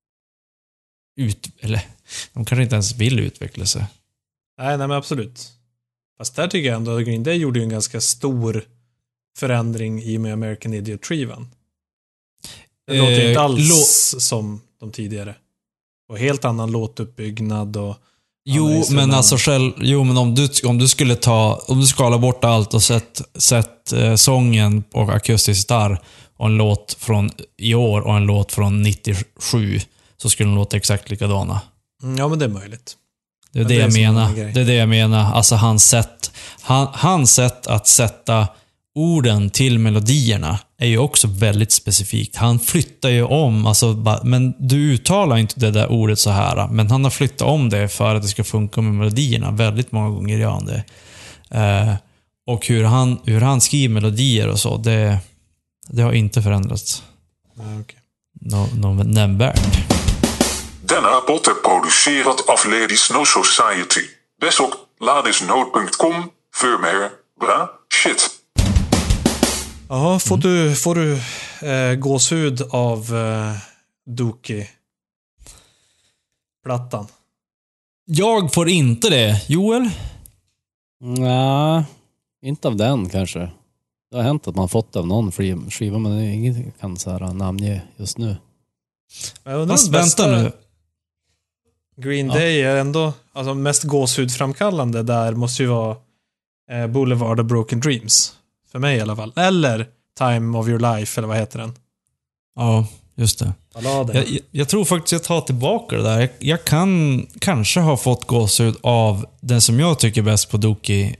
eller de kanske inte ens vill utveckla sig. Nej men absolut. Fast där tycker jag ändå att Green Day gjorde ju en ganska stor förändring i med American Idiot-skivan. Det låter ju inte alls som de tidigare. Och helt annan låtuppbyggnad och... Jo, men alltså men om du skulle skala bort allt och sett sången och akustisk gitarr och en låt från i år och en låt från 97, så skulle de låta exakt likadana. Ja, men det är möjligt. Det är det jag menar. Det är det jag menar. Alltså hans sätt att sätta orden till melodierna är ju också väldigt specifikt. Han flyttar ju om, alltså, men du uttalar inte det där ordet så här, men han har flyttat om det för att det ska funka med melodierna. Väldigt många gånger gör han det. Och hur han skriver melodier och så, det har inte förändrats. Någon nämnvärt. Denna bot är producerat av Ladies No Society. Besök ladisnote.com för mer bra shit. Jaha, får du gåshud av Dookie-plattan? Jag får inte det. Joel? Nej, inte av den kanske. Det har hänt att man fått av någon skiva, men det är inget jag kan så här namnge just nu. Fast vänta nu. Green Day är ändå alltså mest gåshudframkallande. Där måste ju vara Boulevard of Broken Dreams. För mig i alla fall. Eller Time of Your Life, eller vad heter den? Ja, just det. Jag tror faktiskt jag tar tillbaka det där. Jag kan kanske ha fått gåshud av den som jag tycker bäst på Dookie.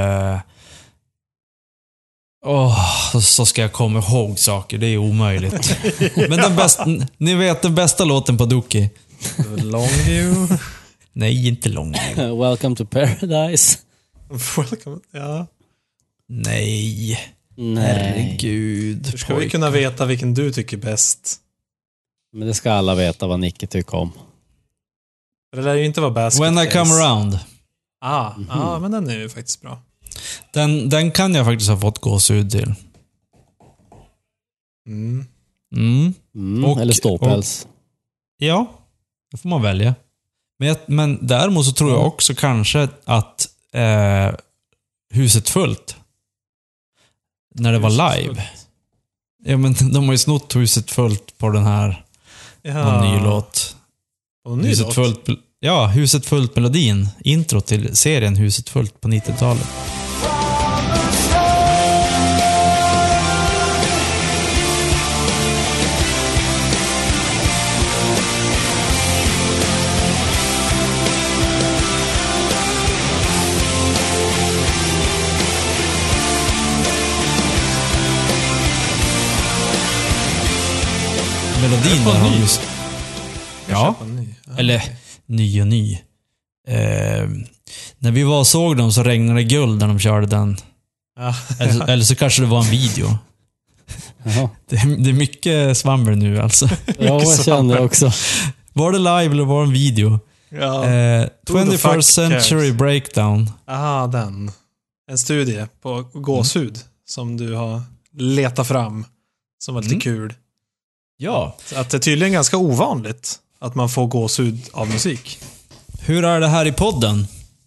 Så ska jag komma ihåg saker. Det är omöjligt. Men den bästa, ni vet den bästa låten på Dookie. Longview. Nej, inte Longview. Welcome to Paradise. Welcome, ja. Nej. Herregud. Hur ska vi kunna veta vilken du tycker bäst? Men det ska alla veta vad Nicke tycker om. Det lär ju inte vara Basket When I Case. Come Around. Ja, men den är ju faktiskt bra. Den kan jag faktiskt ha fått gåshud till. Eller ståpäls. Ja, det får man välja. Men däremot så tror jag också kanske att Huset fullt. När det var live. Ja, men de har ju snott Huset fullt på den här ny låt. Huset fullt. Ja, Huset fullt melodin. Intro till serien Huset fullt på 90-talet. Melodin där har just... Ja, eller ny och ny. När vi var och såg dem så regnade det guld när de körde den. Ja. Eller så kanske det var en video. Det är mycket svammel nu alltså. Ja, jag kände också. Var det live eller var det en video? Ja. 21st Century Breakdown. Aha, den. En studie på gåshud som du har letat fram. Som var lite kul. Ja. Så att det är tydligen ganska ovanligt att man får gåshud av musik. Hur är det här i podden?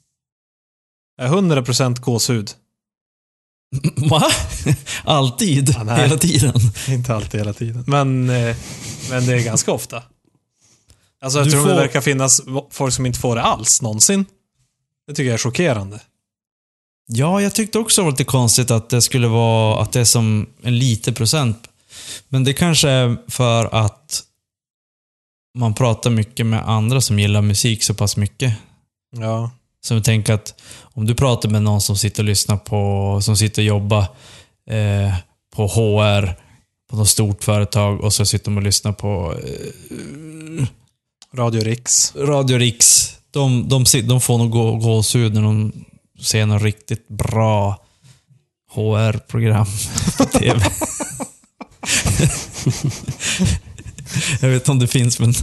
100% gåshud. Va? Alltid? Ja, hela tiden? Inte alltid hela tiden. Men det är ganska ofta. Alltså jag tror det verkar finnas folk som inte får det alls någonsin. Det tycker jag är chockerande. Ja, jag tyckte också det var lite konstigt att det skulle vara att det är som en liten procent. Men det kanske är för att man pratar mycket med andra som gillar musik så pass mycket. Ja. Så jag tänker att om du pratar med någon som sitter och lyssnar på, som sitter och jobbar på HR på något stort företag och så sitter de och lyssnar på Radio Riks. De får nog gåshud när de ser något riktigt bra HR-program på TV. Jag vet inte om det finns, men...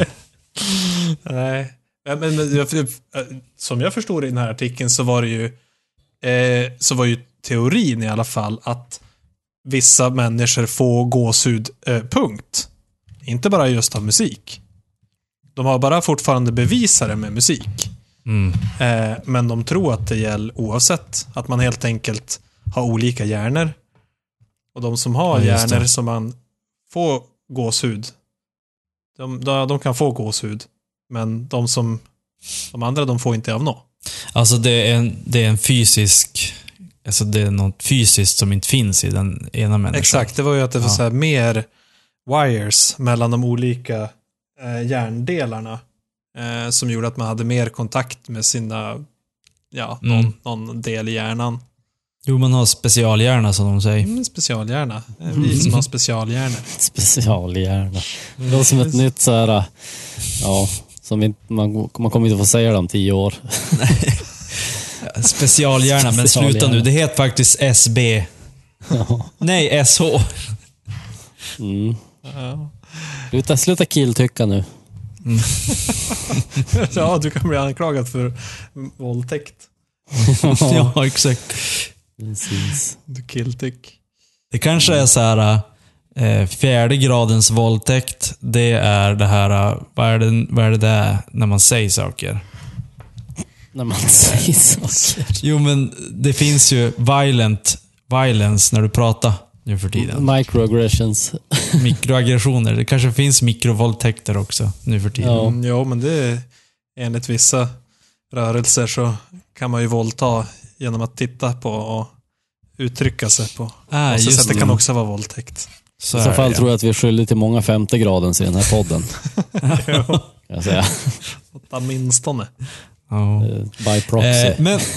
Nej. Men som jag förstår i den här artikeln så var det ju så var ju teorin i alla fall att vissa människor får gåshud, punkt. Inte bara just av musik. De har bara fortfarande bevisare med musik. Men de tror att det gäller oavsett. Att man helt enkelt har olika hjärnor. Och de som har hjärnor som man får gåshud, de kan få gåshud. Men de andra, de får inte av något. Alltså det är en fysisk... Alltså det är något fysiskt som inte finns i den ena människan. Exakt, det var ju att det var så här mer wires mellan de olika hjärndelarna som gjorde att man hade mer kontakt med sina någon del i hjärnan. Jo, man har specialhjärna som de säger. Specialhjärna. Vi som har specialhjärna. Specialhjärna. Det var som ett nytt så här, som man kommer inte få säga det om 10 år. Specialhjärna, men sluta nu. Det heter faktiskt SB. Ja. Nej, SH. Sluta killtycka nu. Ja, du kan bli anklagad för våldtäkt. Ja, exakt. Precis. Du killtyck. Det kanske är så här 4:e gradens våldtäkt. Det är det här, vad är det där när man säger saker? När man säger saker. Jo, men det finns ju violence när du pratar. nu för tiden. Microaggressions. Mikroaggressioner. Det kanske finns mikrovåldtäkter också nu för tiden. Ja. Jo, men det är enligt vissa rörelser så kan man ju våldta genom att titta på och uttrycka sig på. Och så sätt det kan också vara våldtäkt. I så fall tror jag att vi är skyldiga till många 5:e gradens i den här podden. Jo. Jag säga. Åtminstone. By proxy.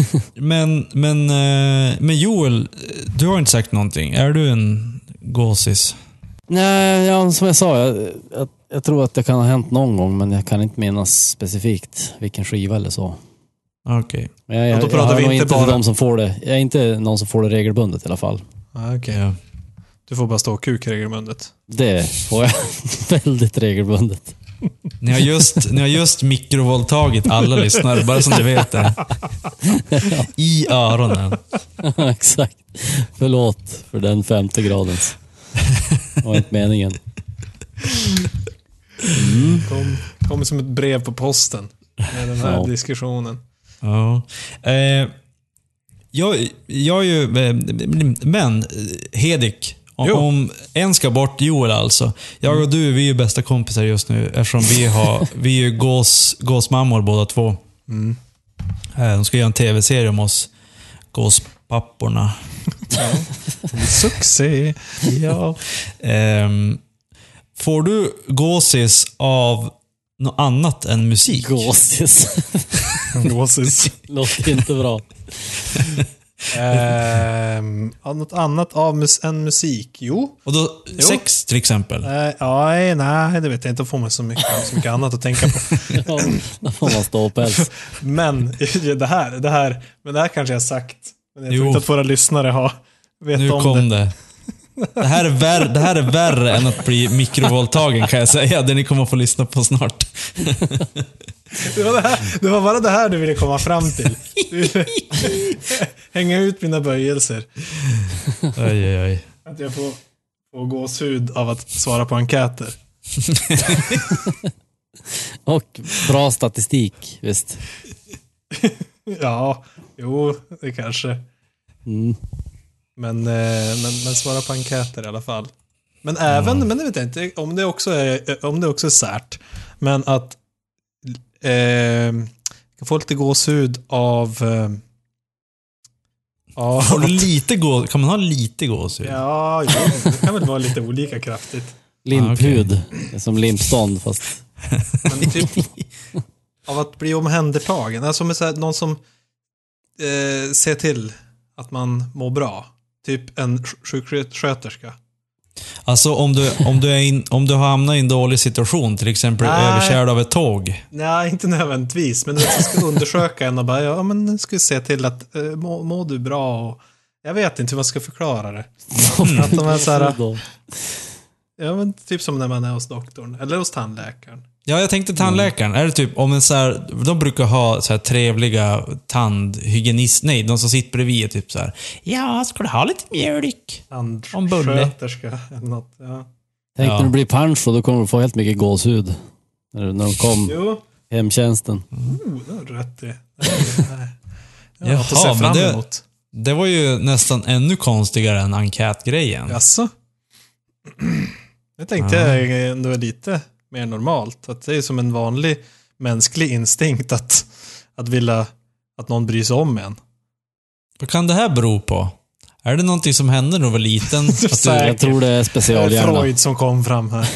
Men Joel, du har inte sagt någonting. Är du en gåsis? Nej, ja, som jag sa, jag tror att det kan ha hänt någon gång, men jag kan inte minnas specifikt vilken skiva eller så. Okej. Men jag då pratar är vi nog inte inte bara... de som får det. Jag är inte någon som får det regelbundet i alla fall. Okej. Ja. Du får bara stå kuk regelbundet. Det får jag väldigt regelbundet. Ni har just mikrovåldtagit alla lyssnare, bara som du vet det. I öronen. Exakt. Förlåt för den 5:e gradens. Det var inte meningen. Kommer som ett brev på posten med den här diskussionen. Ja. Jag är ju... Men, Hedik, om en ska bort, Joel alltså. Jag och du, vi är ju bästa kompisar just nu, eftersom vi är ju gåsmammor båda två. De ska göra en tv-serie om oss gåspapporna. Succé! Ja. Får du gåsis av något annat än musik? Gåsis. Gåsis. Låter inte bra. Något annat än musik? Jo. Och då sex till exempel? Nej, det vet jag inte. Då får man så mycket annat att tänka på. Ja, då får man stå på päls. Men det här kanske jag har sagt. Men jag tror inte att våra lyssnare vet nu om kom det. Det här är värre än att bli mikrovåldtagen, kan jag säga. Det ni kommer att få lyssna på snart. Det var bara det här du ville komma fram till. Hänga ut mina böjelser. Oj. Att jag får gåshud av att svara på enkäter. Och bra statistik, visst. Ja, jo, det kanske. Men svara på enkäter i alla fall. Men även, men det vet jag inte om det också är särt. Men att kan få lite gåshud av Har du lite kan man ha lite gåshud? Ja, det kan väl vara lite olika kraftigt. Limphud, som limpstånd fast. Men typ av att bli omhändertagen, alltså med så här, någon som ser till att man mår bra. Typ en sjuksköterska. Alltså om du har hamnat i en dålig situation, till exempel överkörd av ett tåg. Nej, inte nödvändigtvis. Men jag ska undersöka en och bara, ja men nu ska vi se till att må du bra. Och jag vet inte hur man ska förklara det. Att de är så här, ja men typ som när man är hos doktorn. Eller hos tandläkaren. Ja, jag tänkte tandläkaren. Är det typ, om en så här, de brukar ha så här trevliga tandhygienist, nej, de som sitter bredvid typ så här. Ja, ska du ha lite mjölk? Tandsköterska eller något, ja. Tänk när du blir pancho, då kommer du få helt mycket gåshud. När de kom hemtjänsten. Det har rätt i. Jaha, men det var ju nästan ännu konstigare än enkätgrejen. Jaså? Jag tänkte ändå är lite mer normalt. Att det är som en vanlig mänsklig instinkt att vilja att någon bryr sig om en. Vad kan det här bero på? Är det någonting som hände när du var liten? Jag tror det är specialhjärna. Freud som kom fram här.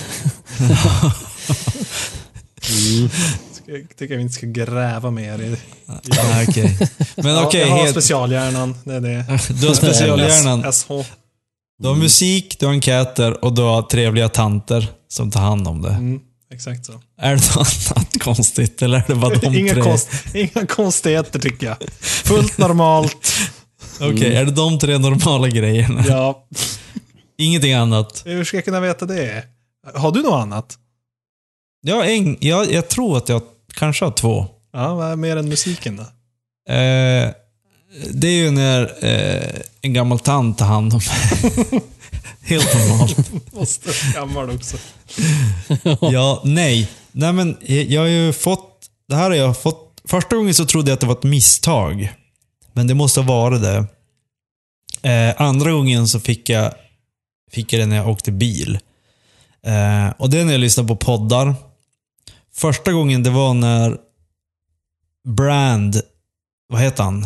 Jag tycker vi inte ska gräva mer i okej. Men okej, jag har specialhjärnan. Det är det. Du har specialhjärnan. SH. Du har musik, du har enkäter och du har trevliga tanter som tar hand om det. Exakt så. Är det något annat konstigt eller är det bara de Inga konstigheter tycker jag. Fullt normalt. Okej, är det de tre normala grejerna? Ja. Ingenting annat. Hur ska jag kunna veta det? Har du något annat? Ja, jag tror att jag kanske har 2. Ja, vad är mer än musiken då? Det är ju när en gammal tant tar hand om helt normalt. Måste gammal också. Ja, nej men jag har ju fått, det här har jag fått, första gången så trodde jag att det var ett misstag. Men det måste ha varit det. Andra gången så fick jag fick jag det när jag åkte bil. Och det är när jag lyssnar på poddar. Första gången det var när Brand, vad heter han?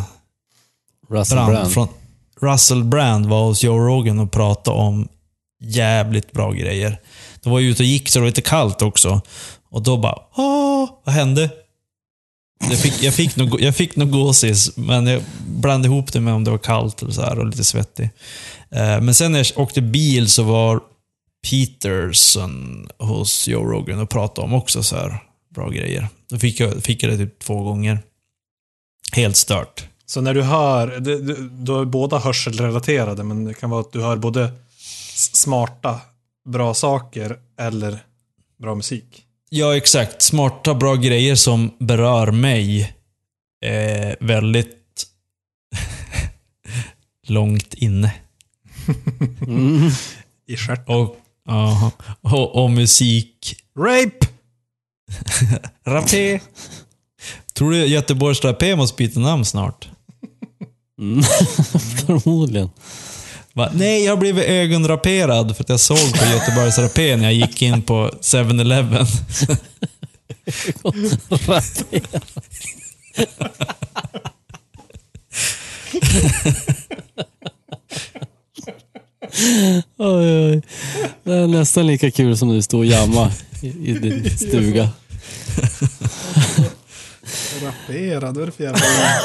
Russell Brand var hos Joe Rogan och pratade om jävligt bra grejer. De var ju ute och gick så det var lite kallt också. Och då bara, vad hände? Jag fick nog gåsis, men jag blandade ihop det med om det var kallt eller så här och lite svettig. Men sen när jag åkte bil så var Peterson hos Joe Rogan och pratade om också så här bra grejer. Då fick jag det typ 2 gånger. Helt stört. Så när du hör, då är båda hörselrelaterade, men det kan vara att du hör både smarta, bra saker eller bra musik. Ja, exakt. Smarta, bra grejer som berör mig väldigt långt inne. I stjärten. Och musik. Rape! Rapé. Tror du Göteborgs Rapé måste byta namn snart? Förmodligen. Nej, jag blev ögonraperad för att jag såg på Göteborgs Rapé när jag gick in på 7-Eleven. Oj. Det är nästan lika kul som du står och jamma i din stuga. Raperad, vad är det för jävla...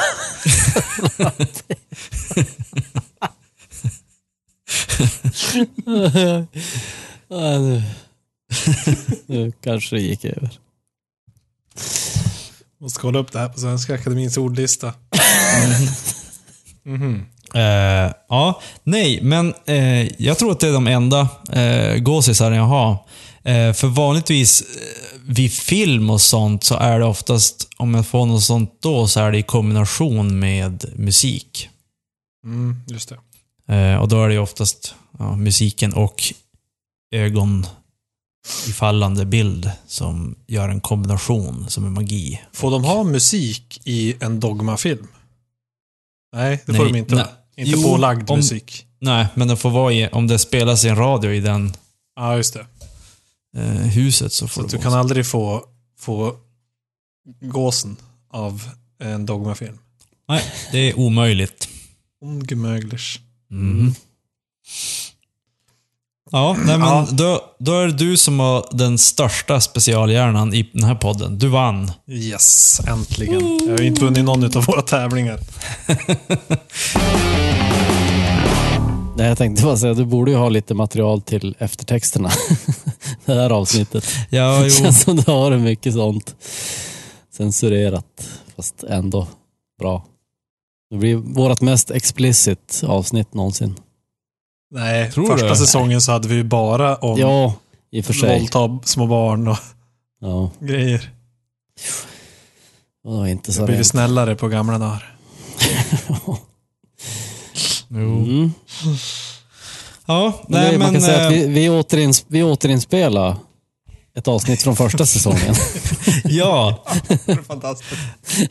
Nu kanske det gick över. Måste kolla upp det här på Svenska Akademins ordlista. Nej, men jag tror att det är de enda gåsisar jag har. För vanligtvis vid film och sånt så är det oftast, om jag får något sånt då, så är det i kombination med musik. Just det. Och då är det oftast musiken och ögon i fallande bild som gör en kombination som är magi. Får de ha musik i en Dogma-film? Nej, det får de inte. Inte pålagd musik. Nej, men det får vara om det spelas i en radio i den just det. Huset så får så du kan aldrig få gåsen av en Dogma-film. Nej, det är omöjligt. Ungemöglich. Ja, nej, men då är det du som har den största specialhjärnan i den här podden. Du vann. Yes, äntligen. Jag har inte vunnit någon av våra tävlingar. Nej, jag tänkte bara säga, du borde ju ha lite material till eftertexterna. Det här avsnittet. Ja, det känns som du har mycket sånt censurerat, fast ändå bra. Det blir vårt mest explicit avsnitt någonsin. Nej, första säsongen så hade vi bara om i och för sig. våldta små barn och grejer. Det var inte så det blir snällare på gamla dagar. Ja, nej, man kan säga att vi återinspelar ett avsnitt från första säsongen. Ja. Det är fantastiskt.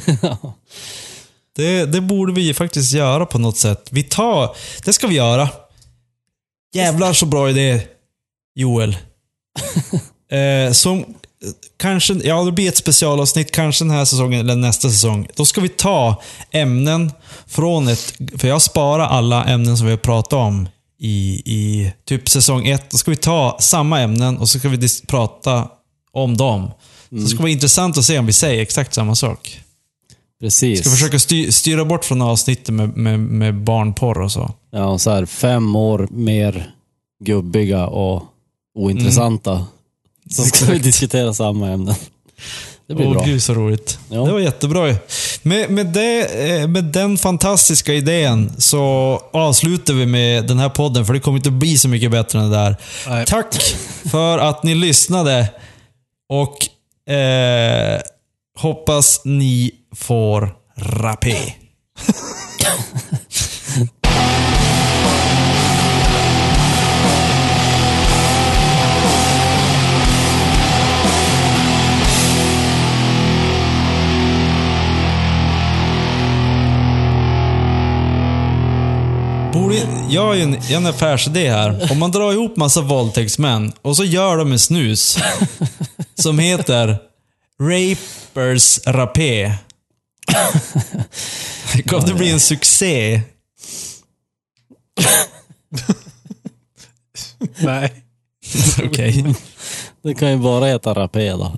Det borde vi faktiskt göra på något sätt. Det ska vi göra. Jävlar så bra idé, Joel. Som kanske, det blir ett specialavsnitt kanske den här säsongen eller nästa säsong. Då ska vi ta ämnen från för jag sparar alla ämnen som vi har pratat om i typ säsong 1. Då ska vi ta samma ämnen och så ska vi prata om dem. Så det ska vara intressant att se om vi säger exakt samma sak. Precis. Ska försöka styra bort från avsnittet med barnporr och så. Ja, och så här 5 år mer gubbiga och ointressanta. Så ska vi diskutera samma ämnen. Det blir bra. Gud så roligt. Ja. Det var jättebra. Med den fantastiska idén så avslutar vi med den här podden, för det kommer inte bli så mycket bättre än det där. Nej. Tack för att ni lyssnade och hoppas ni får rapé. jag har ju en affärsidé här. Om man drar ihop massa våldtäktsmän och så gör de en snus som heter Rapers Rapé. Det kommer bli en succé. Nej. Okej. Det kan ju bara heta rapé då.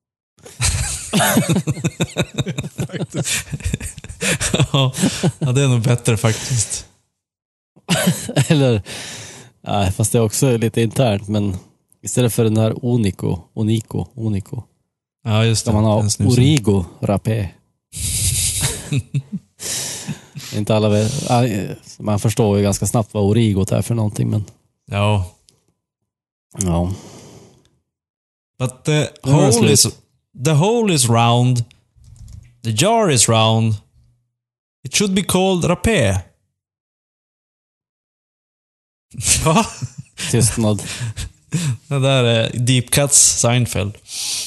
Ja, det är nog bättre faktiskt. Eller, nej, fast det är också lite internt, men istället för den här Onico. Ja, just det. Ska man ha Origo rapé. Inte alla vet, man förstår ju ganska snabbt vad Origo är för någonting, men ja. But the hole is round. The jar is round. It should be called rapé. Va? Tystnad. Det där är Deep Cuts Seinfeld.